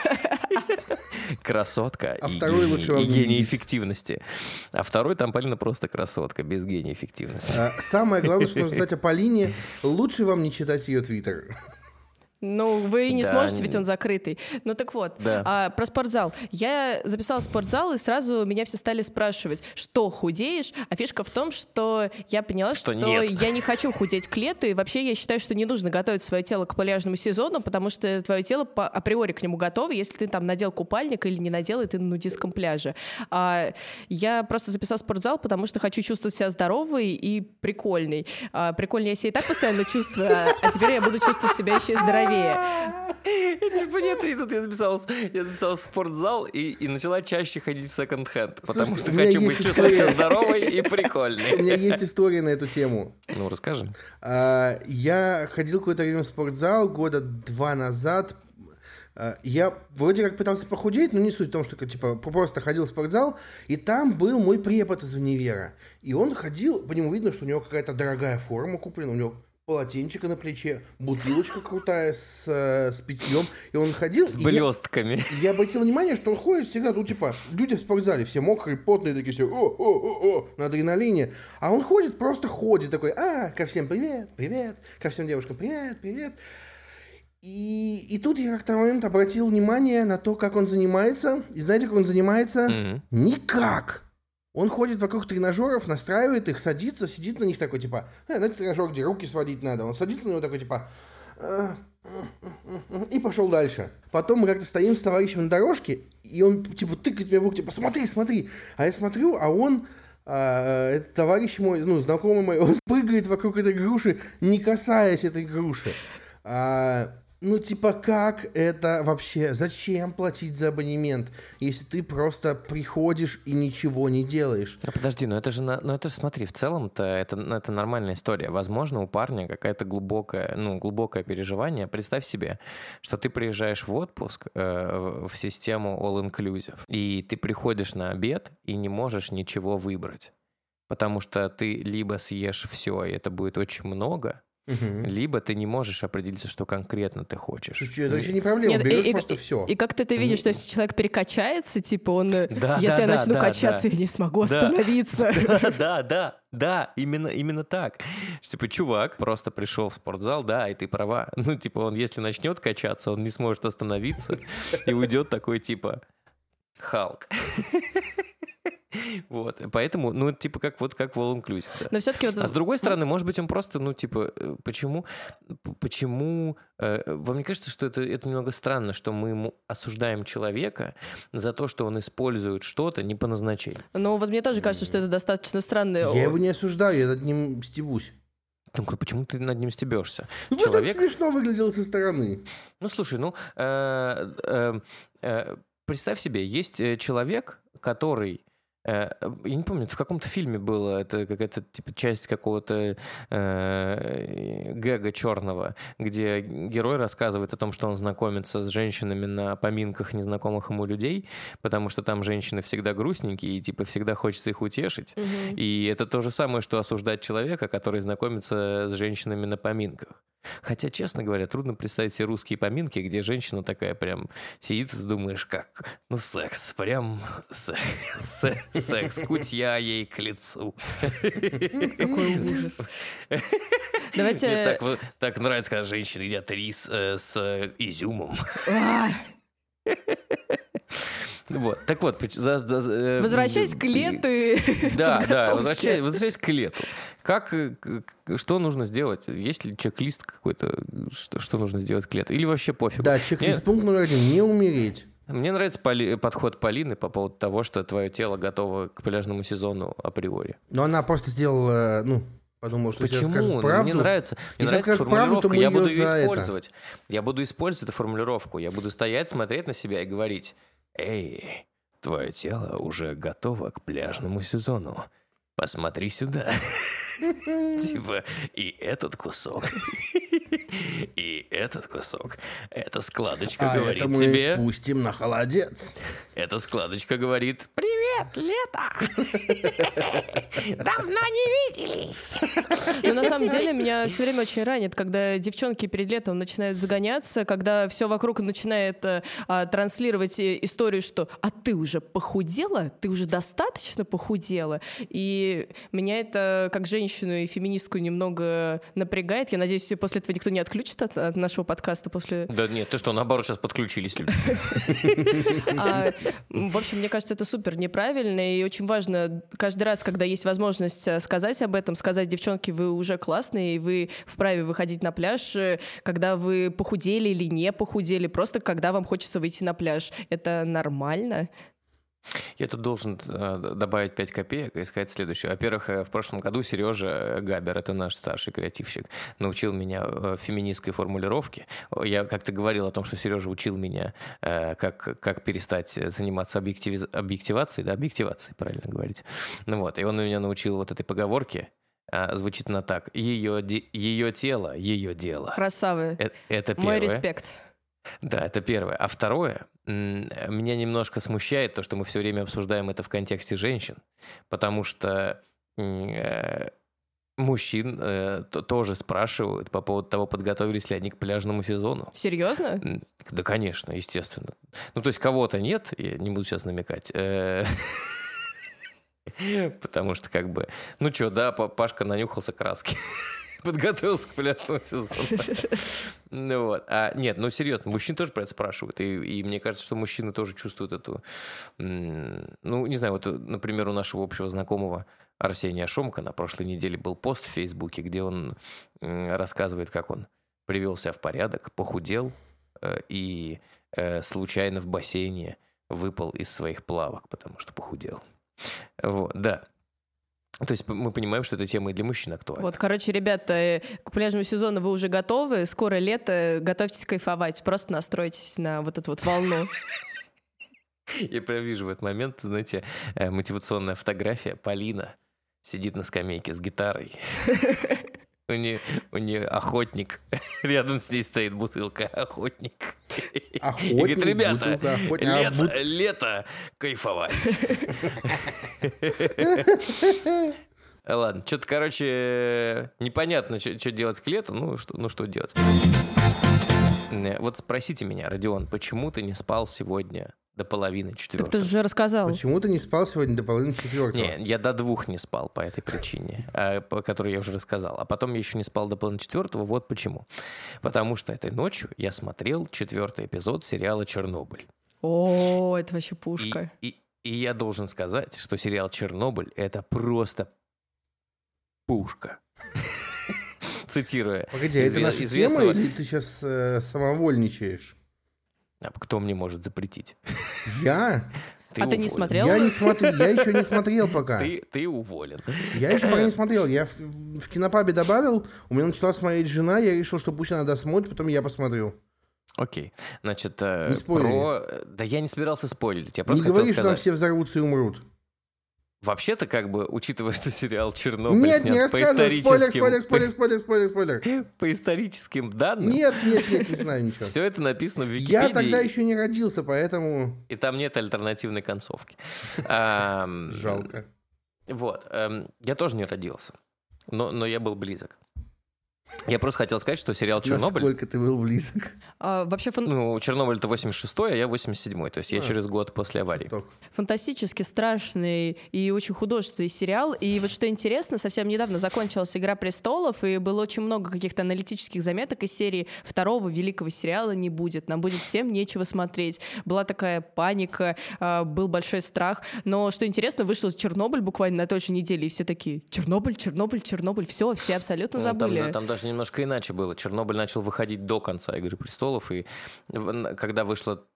красотка А и второй лучше вам гений, и не гений видеть. эффективности. А второй там Полина просто красотка, без гения эффективности. А, Самое главное, что нужно знать о Полине, лучше вам не читать ее твиттер. Ну, вы не Да, сможете, ведь не- он закрытый. Ну так вот, Да. а, про спортзал. Я записала спортзал, и сразу меня все стали спрашивать, что худеешь? А фишка в том, что я поняла, Что что, нет. я не хочу худеть к лету, и вообще я считаю, что не нужно готовить свое тело к пляжному сезону, потому что твое тело по- априори к нему готово, если ты там надел купальник или не надел, и ты на нудистском пляже. А, я просто записала спортзал, потому что хочу чувствовать себя здоровой и прикольной. А, прикольнее я себя и так постоянно чувствую, а, а теперь я буду чувствовать себя еще и здоровее. Типа нет, и тут я записал, я записал в спортзал и, и начала чаще ходить в секонд-хенд, потому Слушайте, что у меня хочу есть быть чувствовать себя история. здоровой и У прикольной. меня есть история на эту тему. Ну, расскажи. А, Я ходил какое-то время в спортзал года два назад. А, Я вроде как пытался похудеть, но не суть в том, что типа просто ходил в спортзал, и там был мой препод из универа. И он ходил, по нему видно, что у него какая-то дорогая форма куплена, у него полотенчика на плече, бутылочка крутая с, э, с питьем. И он ходил... С и я- блестками. Я обратил внимание, что он ходит всегда, ну, типа, люди в спортзале, все мокрые, потные, такие все, о-о-о-о, на адреналине. А он ходит, просто ходит, такой, а, ко всем привет, привет, ко всем девушкам привет, привет. И, и тут я как-то в момент обратил внимание на то, как он занимается. И знаете, как он занимается? Мгм. Никак. Он ходит вокруг тренажеров, настраивает их, садится, сидит на них такой, типа, э, знаете, тренажер, где руки сводить надо. Он садится на него такой, типа, «Э, и пошел дальше. Потом мы как-то стоим с товарищем на дорожке, и он, типа, тыкает мне в руку, типа, смотри, смотри. А я смотрю, а он, а, этот товарищ мой, ну, знакомый мой, он прыгает вокруг этой груши, не касаясь этой груши. А, ну, типа, как это вообще? Зачем платить за абонемент, если ты просто приходишь и ничего не делаешь? Ну, подожди, ну это же, на- ну это же, смотри, в целом-то это, ну, это нормальная история. Возможно, у парня какая-то глубокая, ну, глубокое переживание. Представь себе, что ты приезжаешь в отпуск э, в, в систему all-inclusive, и ты приходишь на обед и не можешь ничего выбрать. Потому что ты либо съешь все, и это будет очень много, Мгм. либо ты не можешь определиться, что конкретно ты хочешь. Слушай, это вообще не проблема, Нет, берешь и, и- просто и- все. и как ты это видишь, что если человек перекачается, типа он, э, Да, если да, я да, начну да, качаться, да. я не смогу Да. остановиться. Да, да, да, да, именно, именно так. Типа, чувак просто пришел в спортзал, да, и ты права. Ну, типа, он если начнет качаться, он не сможет остановиться и уйдет такой, типа, Халк. Вот, поэтому, ну, это типа как вот как в All Inclusive, да. Но все-таки вот... А с другой стороны, может быть, он просто, ну, типа, э, почему, п- почему, э, вам не кажется, что это, это немного странно, что мы ему осуждаем человека за то, что он использует что-то не по назначению? Ну вот мне тоже кажется, что это достаточно странно. Я его не осуждаю, я над ним стебусь. Ну, говорю, почему ты над ним стебешься? Ну, просто Человек... это смешно выглядело со стороны. Ну, слушай, ну, э, э, э, представь себе, есть э, человек, который... э, Я не помню, это в каком-то фильме было, это какая-то типа часть какого-то э, гэга черного, где герой рассказывает о том, что он знакомится с женщинами на поминках незнакомых ему людей, потому что там женщины всегда грустненькие, и типа всегда хочется их утешить. Мгм. И это то же самое, что осуждать человека, который знакомится с женщинами на поминках. Хотя, честно говоря, трудно представить себе русские поминки, где женщина такая прям сидит и думаешь, как, ну, секс, прям секс, секс, секс, кутья ей к лицу. Какой ужас. Давайте... Мне так, вот- так нравится, когда женщины едят рис э, с э, изюмом. А, Вот, так вот, поч- за- за- э, Возвращаясь к лету и Да, да, подготовке. возвращаясь, возвращаясь к лету. Как, э, к- к- что нужно сделать? Есть ли чек-лист какой-то, что, что нужно сделать к лету? Или вообще пофигу? Да, чек-лист пункт номер один. Не умереть. Мне нравится Поли- подход Полины по поводу того, что твое тело готово к пляжному сезону априори. Но она просто сделала, ну, Подумал, что Почему? сейчас скажет Ну, правду. мне нравится, мне Если нравится скажет правду, формулировка, то мы я буду ее ее за это. использовать. Я буду использовать эту формулировку. Я буду стоять, смотреть на себя и говорить: «Эй, твое тело уже готово к пляжному сезону. Посмотри сюда». Типа, и этот кусок, и этот кусок. Эта складочка А говорит это мы тебе... пустим на холодец. Эта складочка говорит: «Привет, лето! Давно не виделись!» Но на самом деле меня все время очень ранит, когда девчонки перед летом начинают загоняться, когда все вокруг начинает а, а, транслировать историю, что «а ты уже похудела? Ты уже достаточно похудела?» И меня это, как женщину и феминистку, немного напрягает. Я надеюсь, после этого никто не отключит от, от нашего подкаста после... Да нет, ты что, наоборот, сейчас подключились люди. А, в общем, мне кажется, это супер неправильно, и очень важно каждый раз, когда есть возможность сказать об этом, сказать: девчонки, вы уже классные, и вы вправе выходить на пляж, когда вы похудели или не похудели, просто когда вам хочется выйти на пляж. Это нормально. Я тут должен э, добавить пять копеек и сказать следующее. Во-первых, э, в прошлом году Сережа Габер, это наш старший креативщик, научил меня э, феминистской формулировке. Я как-то говорил о том, что Сережа учил меня, э, как, как перестать заниматься объективи... объективацией, да, объективацией, правильно говорить. Ну вот, и он меня научил вот этой поговорке. А, звучит она так: ее, де... ее тело, ее дело. Красавы. Э- это первое. Мой респект. Да, это первое. А второе, м, меня немножко смущает то, что мы все время обсуждаем это в контексте женщин, потому что м, э, мужчин э, то- тоже спрашивают по поводу того, подготовились ли они к пляжному сезону. Серьезно? М, Да, конечно, естественно. Ну, то есть кого-то нет, я не буду сейчас намекать. э, Потому что как бы, ну что, да, Па- Пашка нанюхался краски. Подготовился к пляжному сезону. Ну вот. А нет, ну серьезно, мужчин тоже про это спрашивают. И, и мне кажется, что мужчины тоже чувствуют эту... м, Ну, не знаю, вот, например, у нашего общего знакомого Арсения Шомка на прошлой неделе был пост в Фейсбуке, где он м, рассказывает, как он привел себя в порядок, похудел э, и э, случайно в бассейне выпал из своих плавок, потому что похудел. Вот, да. То есть мы понимаем, что эта тема и для мужчин актуальна. Вот, короче, ребята, э, к пляжному сезону вы уже готовы, скоро лето, готовьтесь кайфовать, просто настройтесь на вот эту вот волну. Я прям вижу в этот момент, знаете, э, мотивационная фотография. Полина сидит на скамейке с гитарой. У нее, у нее охотник. Рядом с ней стоит бутылка охотник. И Охотник, говорит: ребята, бутылка охотник. А, лето, бут- лето, кайфовать. Ладно, что-то, короче, непонятно, что делать к лету. Ну, что, ну, что делать? Э, Вот спросите меня, Родион, почему ты не спал сегодня до половины Так ты четвертого? же разказал. Почему ты не спал сегодня до половины четвертого? Не, я до двух не спал по этой причине, э, по которой я уже рассказал. А потом я еще не спал до половины четвертого. Вот почему. Потому что этой ночью я смотрел четвертый эпизод сериала «Чернобыль». О, это вообще И, пушка. и, и я должен сказать, что сериал «Чернобыль» — это просто пушка. Цитируя Погоди, а это изве- наша тема, известного... или ты сейчас э, самовольничаешь? А кто мне может запретить? Я? А ты не уволен. смотрел? Я не смотрел, я еще не смотрел пока. Ты, ты уволен. Я еще пока не смотрел. Я в, в кинопабе добавил, у меня начала смотреть жена, я решил, что пусть она досмотрит, потом я посмотрю. Окей. Значит, э, Не спойлери. про... Да я не собирался спойлерить. Я Не просто хотел говори, что там сказать. все взорвутся и умрут. Вообще-то, как бы, учитывая, что сериал «Чернобыль» Нет, снят не по рассказывай, спойлер, историческим... спойлер, спойлер, спойлер, спойлер, спойлер. По историческим данным, Нет, нет, нет, не знаю ничего. все это написано в Википедии, Я тогда еще не родился, поэтому и там нет альтернативной концовки. Ам, жалко. Вот. эм, Я тоже не родился, но, но я был близок. Я просто хотел сказать, что сериал «Чернобыль». Насколько ты был близок. А, вообще фан- Ну, «Чернобыль» — это восемьдесят шестой, а я восемьдесят седьмой. То есть я А. через год после аварии. Чуток. фантастически страшный и очень художественный сериал. И вот что интересно, совсем недавно закончилась «Игра престолов», и было очень много каких-то аналитических заметок из серии «Второго великого сериала не будет, нам будет всем нечего смотреть». Была такая паника, а, был большой страх. Но что интересно, вышел «Чернобыль» буквально на той же неделе, и все такие: «Чернобыль, Чернобыль, Чернобыль». Все, все абсолютно Ну, там, забыли. да, там даже немножко иначе было. «Чернобыль» начал выходить до конца «Игры престолов», и в- н- когда вышла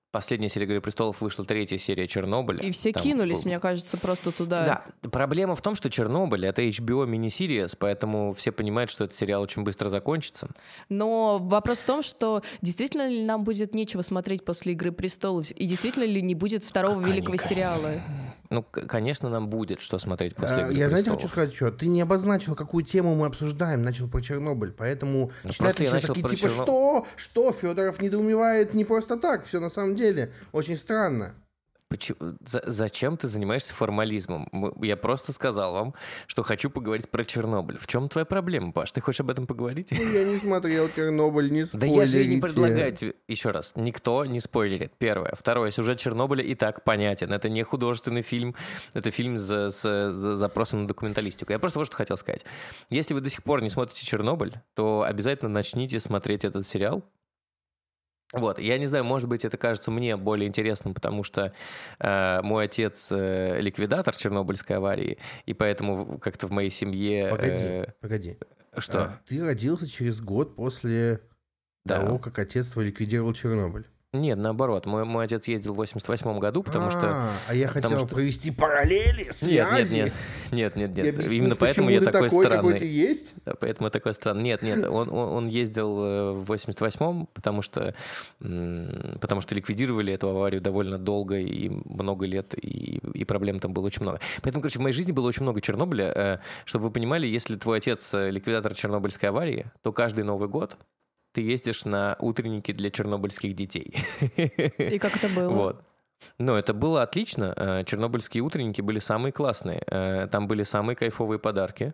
последняя серия «Игры престолов» вышла третья серия «Чернобыля». И все Там кинулись, был- мне кажется, просто туда. Да, проблема в том, что «Чернобыль» — это эйч би о мини-сириес, поэтому все понимают, что этот сериал очень быстро закончится. Но вопрос в том, что действительно ли нам будет нечего смотреть после «Игры престолов», и действительно ли не будет второго Какая великого никакая. сериала? Ну, к- конечно, нам будет что смотреть после А, «Игры Я, знаете, престолов». хочу сказать, что ты не обозначил, какую тему мы обсуждаем, начал про Чернобыль, поэтому Ну, читатели просто я сейчас начал такие, про типа, Черно- что? Что? Федоров недоумевает не просто так, все на самом деле очень странно. Почему- за- Зачем ты занимаешься формализмом? Мы- Я просто сказал вам, что хочу поговорить про Чернобыль. В чем твоя проблема, Паш? Ты хочешь об этом поговорить? Ну, я не смотрел Чернобыль, не Да спойлерите. я же и не предлагаю тебе. Еще раз, никто не спойлерит. Первое. Второе. Сюжет Чернобыля и так понятен. Это не художественный фильм, это фильм за, с- за запросом на документалистику. Я просто вот что хотел сказать. Если вы до сих пор не смотрите Чернобыль, то обязательно начните смотреть этот сериал. Вот, я не знаю, может быть, это кажется мне более интересным, потому что э, мой отец э, ликвидатор Чернобыльской аварии, и поэтому в- как-то в моей семье... Погоди, э, погоди. что? А, ты родился через год после Да. того, как отец твой ликвидировал Чернобыль. Нет, наоборот. Мой, мой отец ездил в восемьдесят восьмом году, потому что... А, а я потому хотел что- провести параллели, Нет, связи. нет, нет, нет, нет, И нет. объяснить, Именно поэтому я почему ты такой, такой, какой странный. ты есть. Да, поэтому я такой странный. Нет, нет, он, он, он ездил э, в восемьдесят восьмом, потому что, м, потому что ликвидировали эту аварию довольно долго и много лет, и, и проблем там было очень много. Поэтому, короче, в моей жизни было очень много Чернобыля. Э, чтобы вы понимали, если твой отец э, ликвидатор Чернобыльской аварии, то каждый Новый год ты ездишь на утренники для чернобыльских детей. И как это было? Вот. Ну, это было отлично. Э, Чернобыльские утренники были самые классные. Э, Там были самые кайфовые подарки.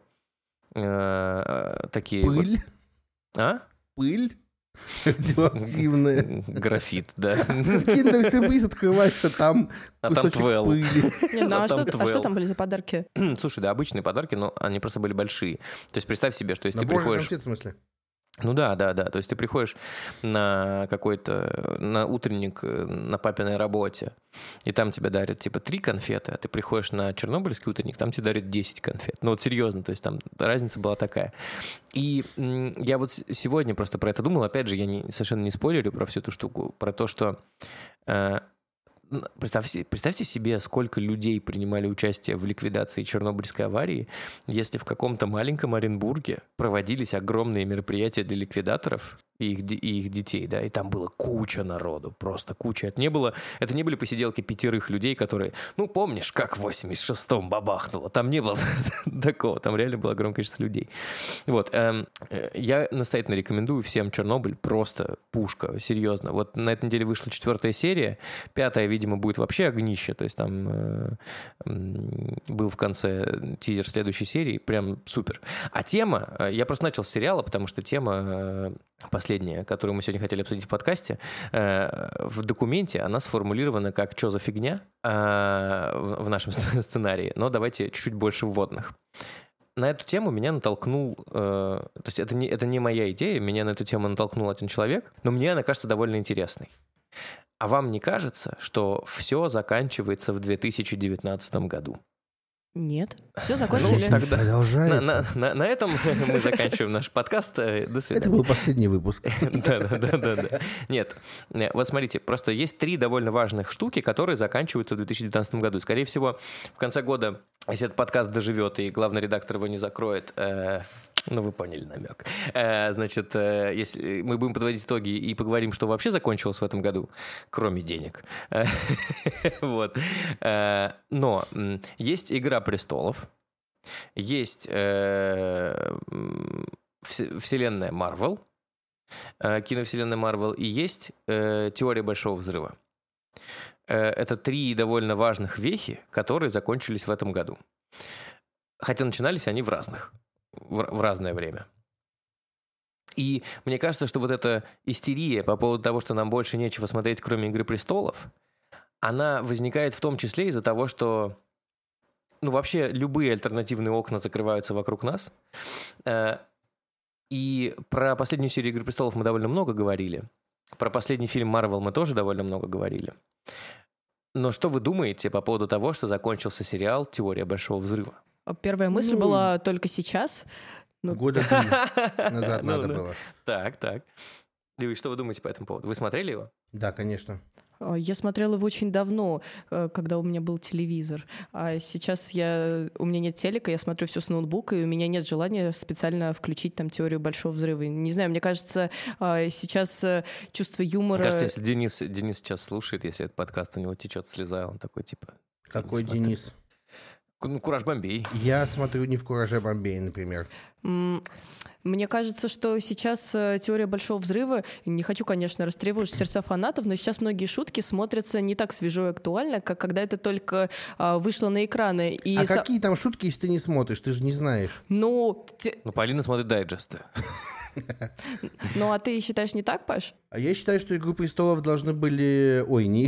Э, Такие вот- Пыль, А? пыль радиоактивная. Графит, да. Киндер-сюрприз открываешь, а там А там кусочек твел. пыли. Не, ну, А а, там что, а что твел. там были за подарки? Слушай, да, обычные подарки, но они просто были большие. То есть представь себе, что если ты Набор приходишь... конфет, в смысле? Ну да, да, да. То есть ты приходишь на какой-то, на утренник э, на папиной работе, и там тебе дарят типа три конфеты, а ты приходишь на чернобыльский утренник, там тебе дарят десять конфет. Ну вот серьезно, то есть там разница была такая. И м, я вот с- сегодня просто про это думал, опять же, я не, совершенно не спойлерю про всю эту штуку, про то, что... э, н- Представьте, представьте себе, сколько людей принимали участие в ликвидации Чернобыльской аварии, если в каком-то маленьком Оренбурге проводились огромные мероприятия для ликвидаторов и их, де- и их детей, да, и там было куча народу, просто куча. Это не было, это не были посиделки пятерых людей, которые, ну, помнишь, как в восемьдесят шестом бабахнуло, там не было такого, там реально было огромное количество людей. Вот, эм, э, я настоятельно рекомендую всем Чернобыль, просто пушка, серьезно. Вот на этой неделе вышла четвертая серия, пятая, видимо, будет вообще огнище, то есть там э, м, был в конце тизер следующей серии, прям супер. А тема, э, я просто начал с сериала, потому что тема э, последняя, которую мы сегодня хотели обсудить в подкасте, э, в документе она сформулирована как «Чё за фигня?» э, в в нашем сценарии, но давайте чуть-чуть больше вводных. На эту тему меня натолкнул, э, то есть это не, это не моя идея, меня на эту тему натолкнул один человек, но мне она кажется довольно интересной. А вам не кажется, что все заканчивается в две тысячи девятнадцатом году? Нет. Все Ну, закончили. тогда на, Продолжается. на- на- на этом мы заканчиваем наш подкаст. Э, До Это свидания. был последний выпуск. Да, да, да, да, да. Нет, не, вот смотрите, просто есть три довольно важных штуки, которые заканчиваются в две тысячи девятнадцатом году. Скорее всего, в конце года, если этот подкаст доживет и главный редактор его не закроет, э, ну вы поняли намек. Э, значит, э, если мы будем подводить итоги и поговорим, что вообще закончилось в этом году, кроме денег. Э, Вот. Э, Но м, есть «Игра престолов», есть э, м, вс- вселенная Марвел, э, киновселенная Марвел, и есть э, теория Большого Взрыва. Э, Это три довольно важных вехи, которые закончились в этом году. Хотя начинались они в разных, в, в разное время. И мне кажется, что вот эта истерия по поводу того, что нам больше нечего смотреть, кроме «Игры престолов», она возникает в том числе из-за того, что ну, вообще любые альтернативные окна закрываются вокруг нас. Э, И про последнюю серию «Игры престолов» мы довольно много говорили. Про последний фильм «Марвел» мы тоже довольно много говорили. Но что вы думаете по поводу того, что закончился сериал «Теория Большого Взрыва»? Первая мысль Ну, была только сейчас. Ну, Года три назад Ну, надо ну. было. Так, так. И что вы думаете по этому поводу? Вы смотрели его? Да, конечно. Я смотрела его очень давно, когда у меня был телевизор. А сейчас я... у меня нет телека, я смотрю все с ноутбука, и у меня нет желания специально включить там «Теорию большого взрыва». Не знаю, мне кажется, сейчас чувство юмора... Мне кажется, если Денис, Денис сейчас слушает, если этот подкаст, у него течет слеза, он такой типа... Какой Денис? Ну, «Кураж Бомбей». Я смотрю не в «Кураже Бомбей», например. Мне кажется, что сейчас «Теория большого взрыва», не хочу, конечно, растревожить сердца фанатов, но сейчас многие шутки смотрятся не так свежо и актуально, как когда это только а, вышло на экраны. И а со... какие там шутки, если ты не смотришь? Ты же не знаешь. Ну, те... ну Полина смотрит дайджесты. Ну, а ты считаешь не так, Паш? А я считаю, что «Игру престолов» должны были... Ой, не...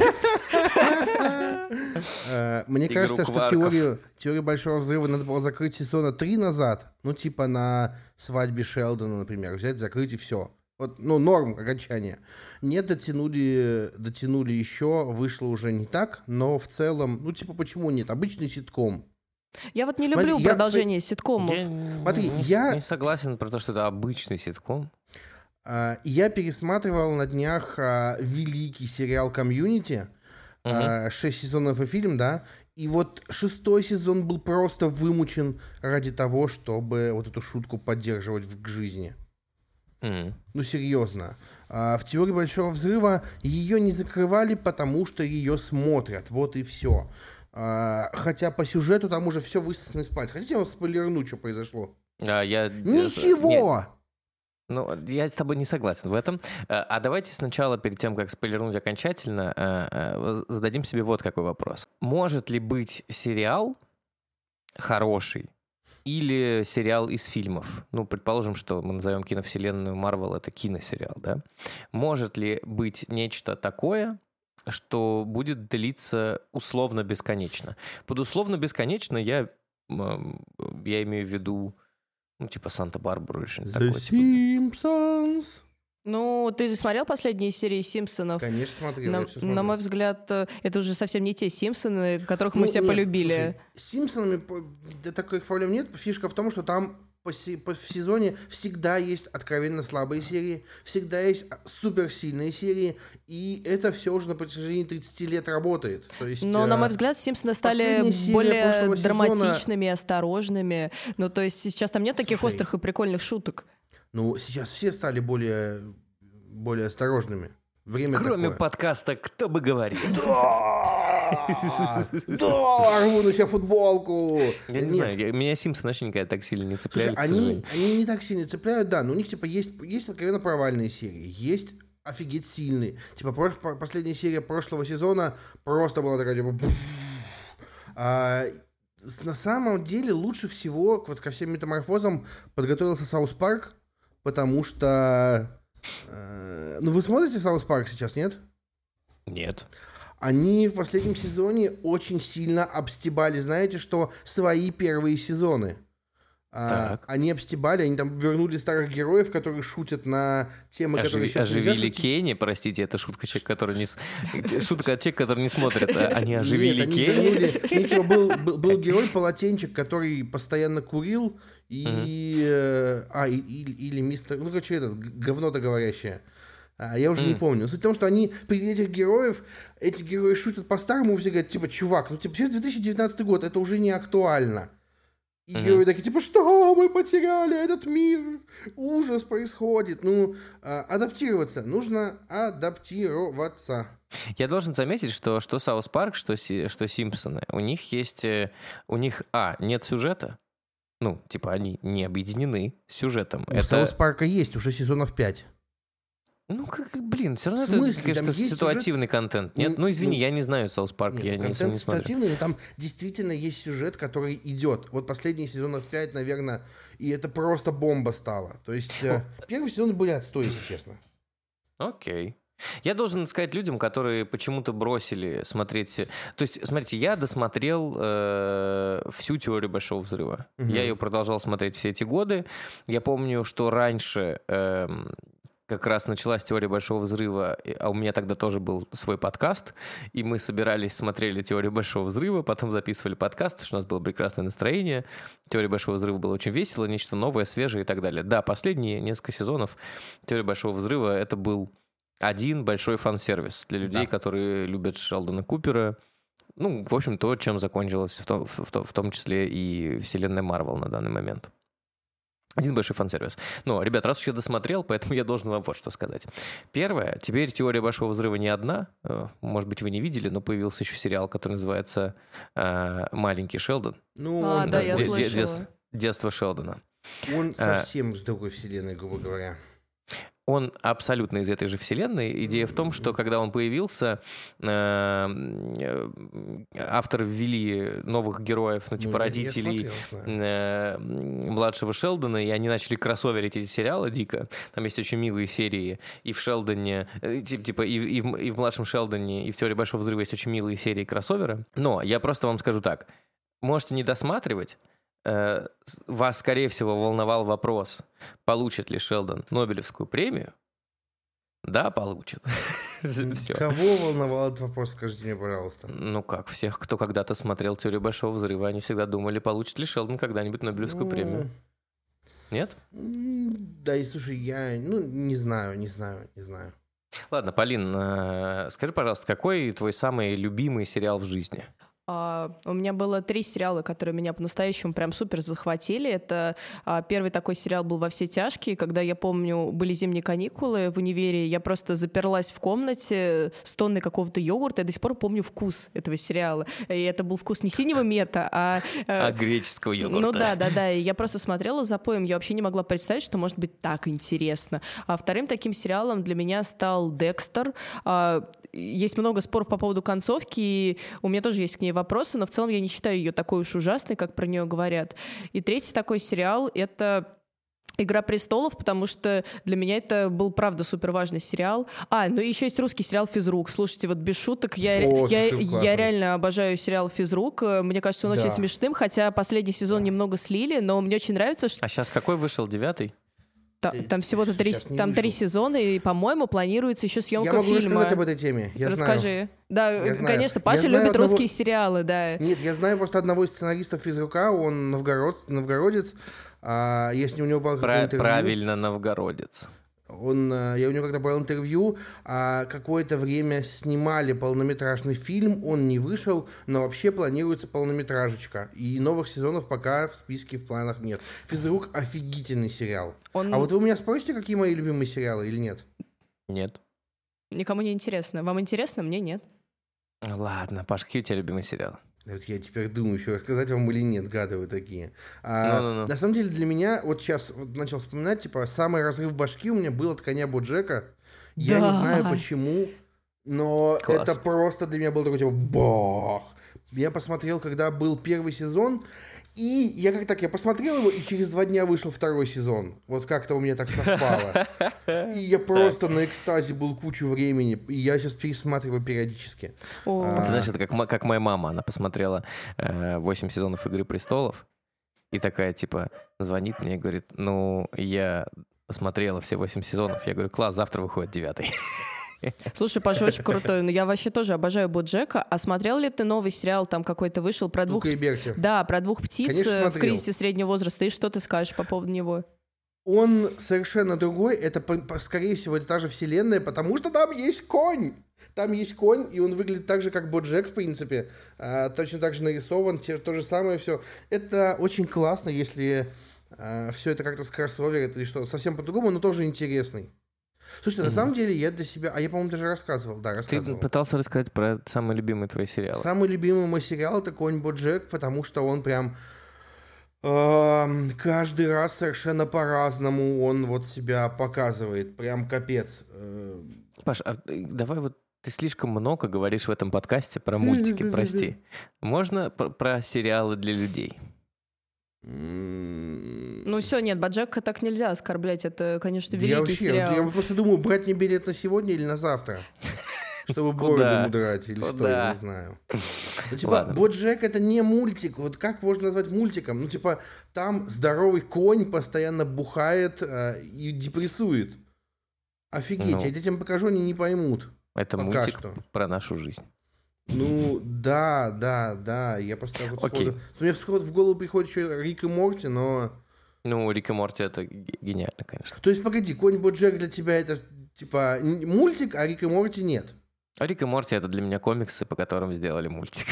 Мне кажется, что теорию, теорию большого взрыва надо было закрыть сезона три назад. Ну, типа на свадьбе Шелдона, например. Взять, закрыть и все. Вот, ну, норм окончания. Нет, дотянули, дотянули еще, вышло уже не так, но в целом, ну, типа, почему нет? Обычный ситком. Я вот не люблю Смотри, продолжение я... ситкомов. Я Смотри, не, я... не согласен про то, что это обычный ситком. Uh, я пересматривал на днях uh, великий сериал «Комьюнити». Uh-huh. Uh, шесть сезонов и фильм, да. И вот шестой сезон был просто вымучен ради того, чтобы вот эту шутку поддерживать в, к жизни. Mm. Ну, серьезно. Uh, в «Теории большого взрыва» ее не закрывали, потому что ее смотрят. Вот и все. Uh, хотя по сюжету там уже все высосано из пальца. Хотите, я вам спойлерну, что произошло? А, я... Ничего! Нет. Ну, я с тобой не согласен в этом. А давайте сначала, перед тем, как спойлернуть окончательно, зададим себе вот какой вопрос. Может ли быть сериал хороший или сериал из фильмов? Ну, предположим, что мы назовем киновселенную Марвел это киносериал, да? Может ли быть нечто такое, что будет длиться условно бесконечно? Под условно бесконечно я, я имею в виду ну, типа Санта-Барбару или что-нибудь The такое. Simpsons. Типа... Ну, ты смотрел последние серии «Симпсонов»? Конечно, смотрел. На, я все смотрел. на мой взгляд, это уже совсем не те «Симпсоны», которых ну, мы все нет, полюбили. Слушай, с «Симпсонами» да, таких проблем нет. Фишка в том, что там по, по, в сезоне всегда есть откровенно слабые серии, всегда есть суперсильные серии, и это все уже на протяжении тридцати лет работает. То есть, Но, э, на мой взгляд, «Симпсоны» стали более драматичными, сезона... осторожными. Ну, то есть сейчас там нет таких Слушай, острых и прикольных шуток. Ну, сейчас все стали более, более осторожными. Время Кроме такое. подкаста «Кто бы говорил». Да! Да! Рву на себя футболку! Я не знаю, меня «Симпсоны» вообще никогда так сильно не цепляют. Они не так сильно цепляют, да, но у них типа есть откровенно провальные серии, есть офигеть сильные. Типа последняя серия прошлого сезона просто была такая, типа... На самом деле лучше всего ко всем метаморфозам подготовился Саус Парк, потому что... Э, ну, вы смотрите Саус Парк сейчас, нет? Нет. Они в последнем сезоне очень сильно обстебали, знаете, что свои первые сезоны. А, они обстебали, они там вернули старых героев, которые шутят на темы, Оживи, которые сейчас оживили Кенни, простите, это шутка человек, который не шутка от человека, который не смотрит. Они оживили Нет, Кенни. Они вернули... Ничего, был, был, был герой полотенчик, который постоянно курил и uh-huh. а и, и, или мистер, ну короче этот говно-то говорящее. А, я уже mm. не помню. Суть в том, что они при этих героев, эти герои шутят по-старому, все говорят, типа, чувак, ну типа сейчас две тысячи девятнадцатый год, это уже не актуально. И mm-hmm. герои такие, типа, что мы потеряли этот мир, ужас происходит. Ну, а, адаптироваться, нужно адаптироваться. Я должен заметить, что что Саус Парк, что, что Симпсоны, у них есть, у них, а, нет сюжета, ну, типа, они не объединены с сюжетом. У это... Саус Парка есть уже сезонов пять. Ну, как, блин, все равно это, конечно, ситуативный сюжет? Контент. Нет, ну, ну извини, ну, я не знаю Саус Парк, я не, контент не ситуативный, но там действительно есть сюжет, который идет. Вот последние сезонов пять, наверное, и это просто бомба стала. То есть э, первые сезоны были отстой, если честно. Окей. Я должен сказать людям, которые почему-то бросили смотреть... То есть, смотрите, я досмотрел э, всю «Теорию большого взрыва». Угу. Я ее продолжал смотреть все эти годы. Я помню, что раньше... Э, как раз началась «Теория большого взрыва», а у меня тогда тоже был свой подкаст, и мы собирались, смотрели «Теорию большого взрыва», потом записывали подкаст, что у нас было прекрасное настроение. «Теория большого взрыва» было очень весело, нечто новое, свежее и так далее. Да, последние несколько сезонов «Теории большого взрыва» это был один большой фан-сервис для людей, Да. которые любят Шелдона Купера. Ну, в общем, то, чем закончилась в том, в, в, в том числе и вселенная Марвел на данный момент. Один большой фан-сервис. Но, ребят, раз уж я досмотрел, поэтому я должен вам вот что сказать. Первое. Теперь теория Большого Взрыва не одна. Может быть, вы не видели, но появился еще сериал, который называется э, «Маленький Шелдон». Ну, А, он, да, я Де- де- слышала. детство, детство Шелдона. он совсем с другой вселенной, грубо говоря. Он абсолютно из этой же вселенной. Идея в том, что когда он появился, э, э, авторы ввели новых героев, ну, типа Ну, я- я родителей смотрел, знаю. э, младшего Шелдона, и они начали кроссоверить эти сериалы дико. Там есть очень милые серии и в Шелдоне, э, тип- типа и, в- и, в, и в младшем Шелдоне, и в теории Большого Взрыва есть очень милые серии кроссовера. Но я просто вам скажу так. Можете не досматривать. Э, вас, скорее всего, волновал вопрос, получит ли Шелдон Нобелевскую премию? Да, получит. Все. Кого волновал этот вопрос, скажите мне, пожалуйста. Ну как, всех, кто когда-то смотрел «Теорию Большого Взрыва», они всегда думали, получит ли Шелдон когда-нибудь Нобелевскую Ну, премию. Нет? м, Да, и слушай, я, ну, не знаю, не знаю, не знаю. Ладно, Полин, э, скажи, пожалуйста, какой твой самый любимый сериал в жизни? А, у меня было три сериала, которые меня по-настоящему прям супер захватили. Это а, первый такой сериал был «Во все тяжкие», когда, я помню, были зимние каникулы в универе, я просто заперлась в комнате с тонной какого-то йогурта, я до сих пор помню вкус этого сериала. И это был вкус не синего мета, а... А греческого йогурта? Ну да, да, да. И я просто смотрела за поем, я вообще не могла представить, что может быть так интересно. А вторым таким сериалом для меня стал «Декстер». А, есть много споров по поводу концовки, и у меня тоже есть к ней вопросы, но в целом я не считаю ее такой уж ужасной, как про нее говорят. И третий такой сериал — это «Игра престолов», потому что для меня это был, правда, суперважный сериал. А, ну и еще есть русский сериал «Физрук». Слушайте, вот без шуток, я, О, я, Физрук я классный. реально обожаю сериал «Физрук». Мне кажется, он Да. очень смешным, хотя последний сезон Да. немного слили, но мне очень нравится, что А сейчас какой вышел? Девятый? та- Э, там всего-то три, сейчас не там три вышел. сезона, и, по-моему, планируется еще съемка Я могу фильма. рассказать об этой теме. Я Расскажи. знаю. Да, Я знаю. конечно, Я Паша знаю любит одного- русские сериалы, да. Нет, я знаю просто одного из сценаристов «Физрука», он новгород, новгородец. А, я с ним у него брал Про- интервью. правильно, новгородец. Он, э, я у него когда брал интервью, а, какое-то время снимали полнометражный фильм, он не вышел, но вообще планируется полнометражечка. И новых сезонов пока в списке в планах нет. «Физрук» — офигительный сериал. Он А вот вы у меня спросите, какие мои любимые сериалы или нет? Нет. никому не интересно. Вам интересно? Мне нет. Ладно, Паш, какие у тебя любимые сериалы? Вот я теперь думаю, еще рассказать вам или нет, гады вы такие. А, Ну-ну-ну. на самом деле для меня, вот сейчас вот начал вспоминать, типа, самый разрыв башки у меня был от «Коня Боджека». Я Да. не знаю почему, но Класс. это просто для меня было такое, типа, бах! Я посмотрел, когда был первый сезон, и я как так, я посмотрел его, и через два дня вышел второй сезон. Вот как-то у меня так совпало. И я просто на экстазе был кучу времени, и я сейчас пересматриваю периодически. О, А. Ты знаешь, это как, мо- как моя мама. Она посмотрела э, восемь сезонов «Игры престолов» и такая, типа, звонит мне и говорит, ну, я посмотрела все восемь сезонов. Я говорю, класс, завтра выходит девятый. Слушай, Паша, очень крутой. Но я вообще тоже обожаю Боджека. А смотрел ли ты новый сериал, там какой-то вышел про двух... Тука и Берти. Да, про двух птиц Конечно, э, в смотрел. кризисе среднего возраста. И что ты скажешь по поводу него? Он совершенно другой. Это, по- по- скорее всего, это та же вселенная, потому что там есть конь. Там есть конь, и он выглядит так же, как Боджек, в принципе. А, точно так же нарисован, те- то же самое все. Это очень классно, если все это как-то скроссоверит или что-то совсем по-другому, но тоже интересный. Слушайте, на Мгм. самом деле я для себя... А я, по-моему, даже рассказывал. Да, Ты рассказывал. пытался рассказать про самые любимые твои сериалы. Самый любимый мой сериал — это «Конь Боджек», потому что он прям... эм, каждый раз совершенно по-разному он вот себя показывает. Прям капец. Э, Паш, а э, давай вот ты слишком много говоришь в этом подкасте про мультики, прости. Можно про, про сериалы для людей? м, Ну все, нет, Боджека так нельзя оскорблять. Это, конечно, да я великий вообще, сериал. вот я вот просто думаю, брать мне билет на сегодня или на завтра? Чтобы Куда? бороду ему драть или что, Куда? я не знаю. Ну, типа, Ладно. Боджек — это не мультик. Вот как можно назвать мультиком? Ну, типа, там здоровый конь постоянно бухает э, и депрессует. Офигеть, Ну. я детям покажу, они не поймут. Это Пока мультик что. про нашу жизнь. Ну, да, да, да. Я просто вот Окей. сходу... Мне сходу в голову приходит еще Рик и Морти, но... Ну, Рик и Морти — это г- гениально, конечно. То есть, погоди, конь Боджек для тебя это типа, н- мультик, а Рик и Морти нет. А Рик и Морти — это для меня комиксы, по которым сделали мультик.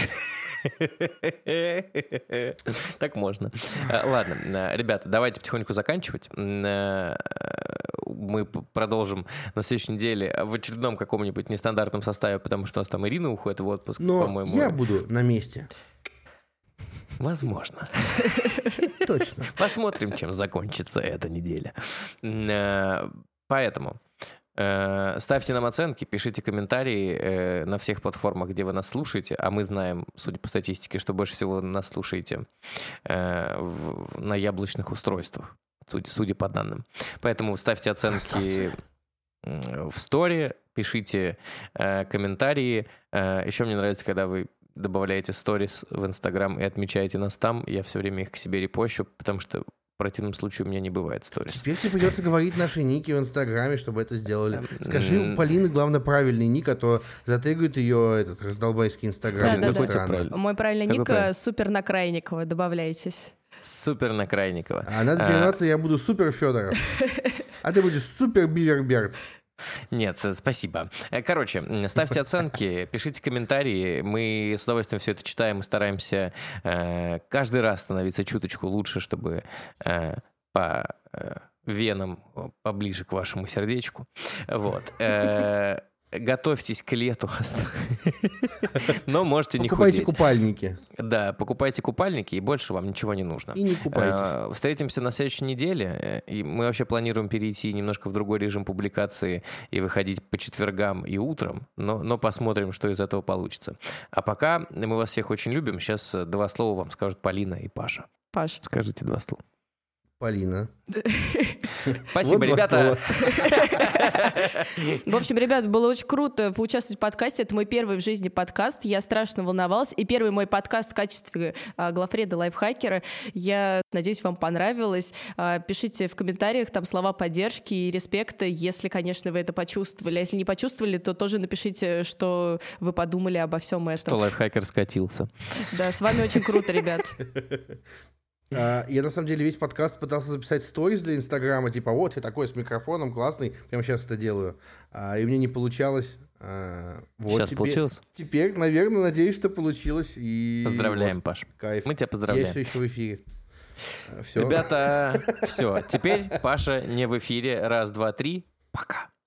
Так можно. А, Ладно, э, ребята, давайте потихоньку заканчивать. Э, Мы п- продолжим на следующей неделе в очередном каком-нибудь нестандартном составе, потому что у нас там Ирина уходит в отпуск, Но по-моему. я буду на месте. Возможно. Точно. Посмотрим, чем закончится эта неделя. Э, Поэтому э, ставьте нам оценки, пишите комментарии э, на всех платформах, где вы нас слушаете, а мы знаем, судя по статистике, что больше всего нас слушаете э, в- на яблочных устройствах, судя, судя по данным. Поэтому ставьте оценки м, в сторе, пишите э, комментарии. Э, еще мне нравится, когда вы добавляете сторис в Инстаграм и отмечаете нас там. Я все время их к себе репощу, потому что в противном случае у меня не бывает сторис. Теперь тебе придется говорить наши ники в Инстаграме, чтобы это сделали. Эм, Скажи м. у Полины, главное, правильный ник, а то затегают ее этот раздолбайский Инстаграм. Да, да, Будет да. странно. Правильно. Мой правильный Какой ник правильный? э, Супер Накрайникова. Добавляйтесь. Супер Накрайникова. А надо А, переименоваться, я буду Супер Федоров. А ты будешь Супер Биверберт. Нет, э, спасибо. Э, Короче, м, ставьте оценки, пишите комментарии. Мы с удовольствием все это читаем и стараемся э, каждый раз становиться чуточку лучше, чтобы э, по э, венам о, поближе к вашему сердечку. Вот. Э, Готовьтесь к лету. Но можете не Покупайте худеть. купальники. Да, покупайте купальники, и больше вам ничего не нужно. И не купайтесь. Э, Встретимся на следующей неделе. э, И мы вообще планируем перейти немножко в другой режим публикации и выходить по четвергам и утром, но, но посмотрим, что из этого получится. А пока мы вас всех очень любим. Сейчас э, два слова вам скажут Полина и Паша. Паш. Скажите два слова. Полина. Спасибо, Вот два ребята. В общем, ребят, было очень круто поучаствовать в подкасте. Это мой первый в жизни подкаст. Я страшно волновалась. И первый мой подкаст в качестве а, главреда лайфхакера. Я надеюсь, вам понравилось. А, пишите в комментариях там слова поддержки и респекта, если, конечно, вы это почувствовали. А если не почувствовали, то тоже напишите, что вы подумали обо всем этом. Что лайфхакер скатился. Да, с вами очень круто, ребят. А, Я, на самом деле, весь подкаст пытался записать сторис для Инстаграма, типа, вот, я такой с микрофоном, классный, прямо сейчас это делаю. А, И мне не получалось. А, Вот Сейчас теперь- получилось? Теперь, наверное, надеюсь, что получилось. И Поздравляем, вот, Паш. кайф. Мы тебя Я поздравляем. все еще в эфире. Все. Ребята, все. Теперь Паша не в эфире. Раз, два, три. Пока.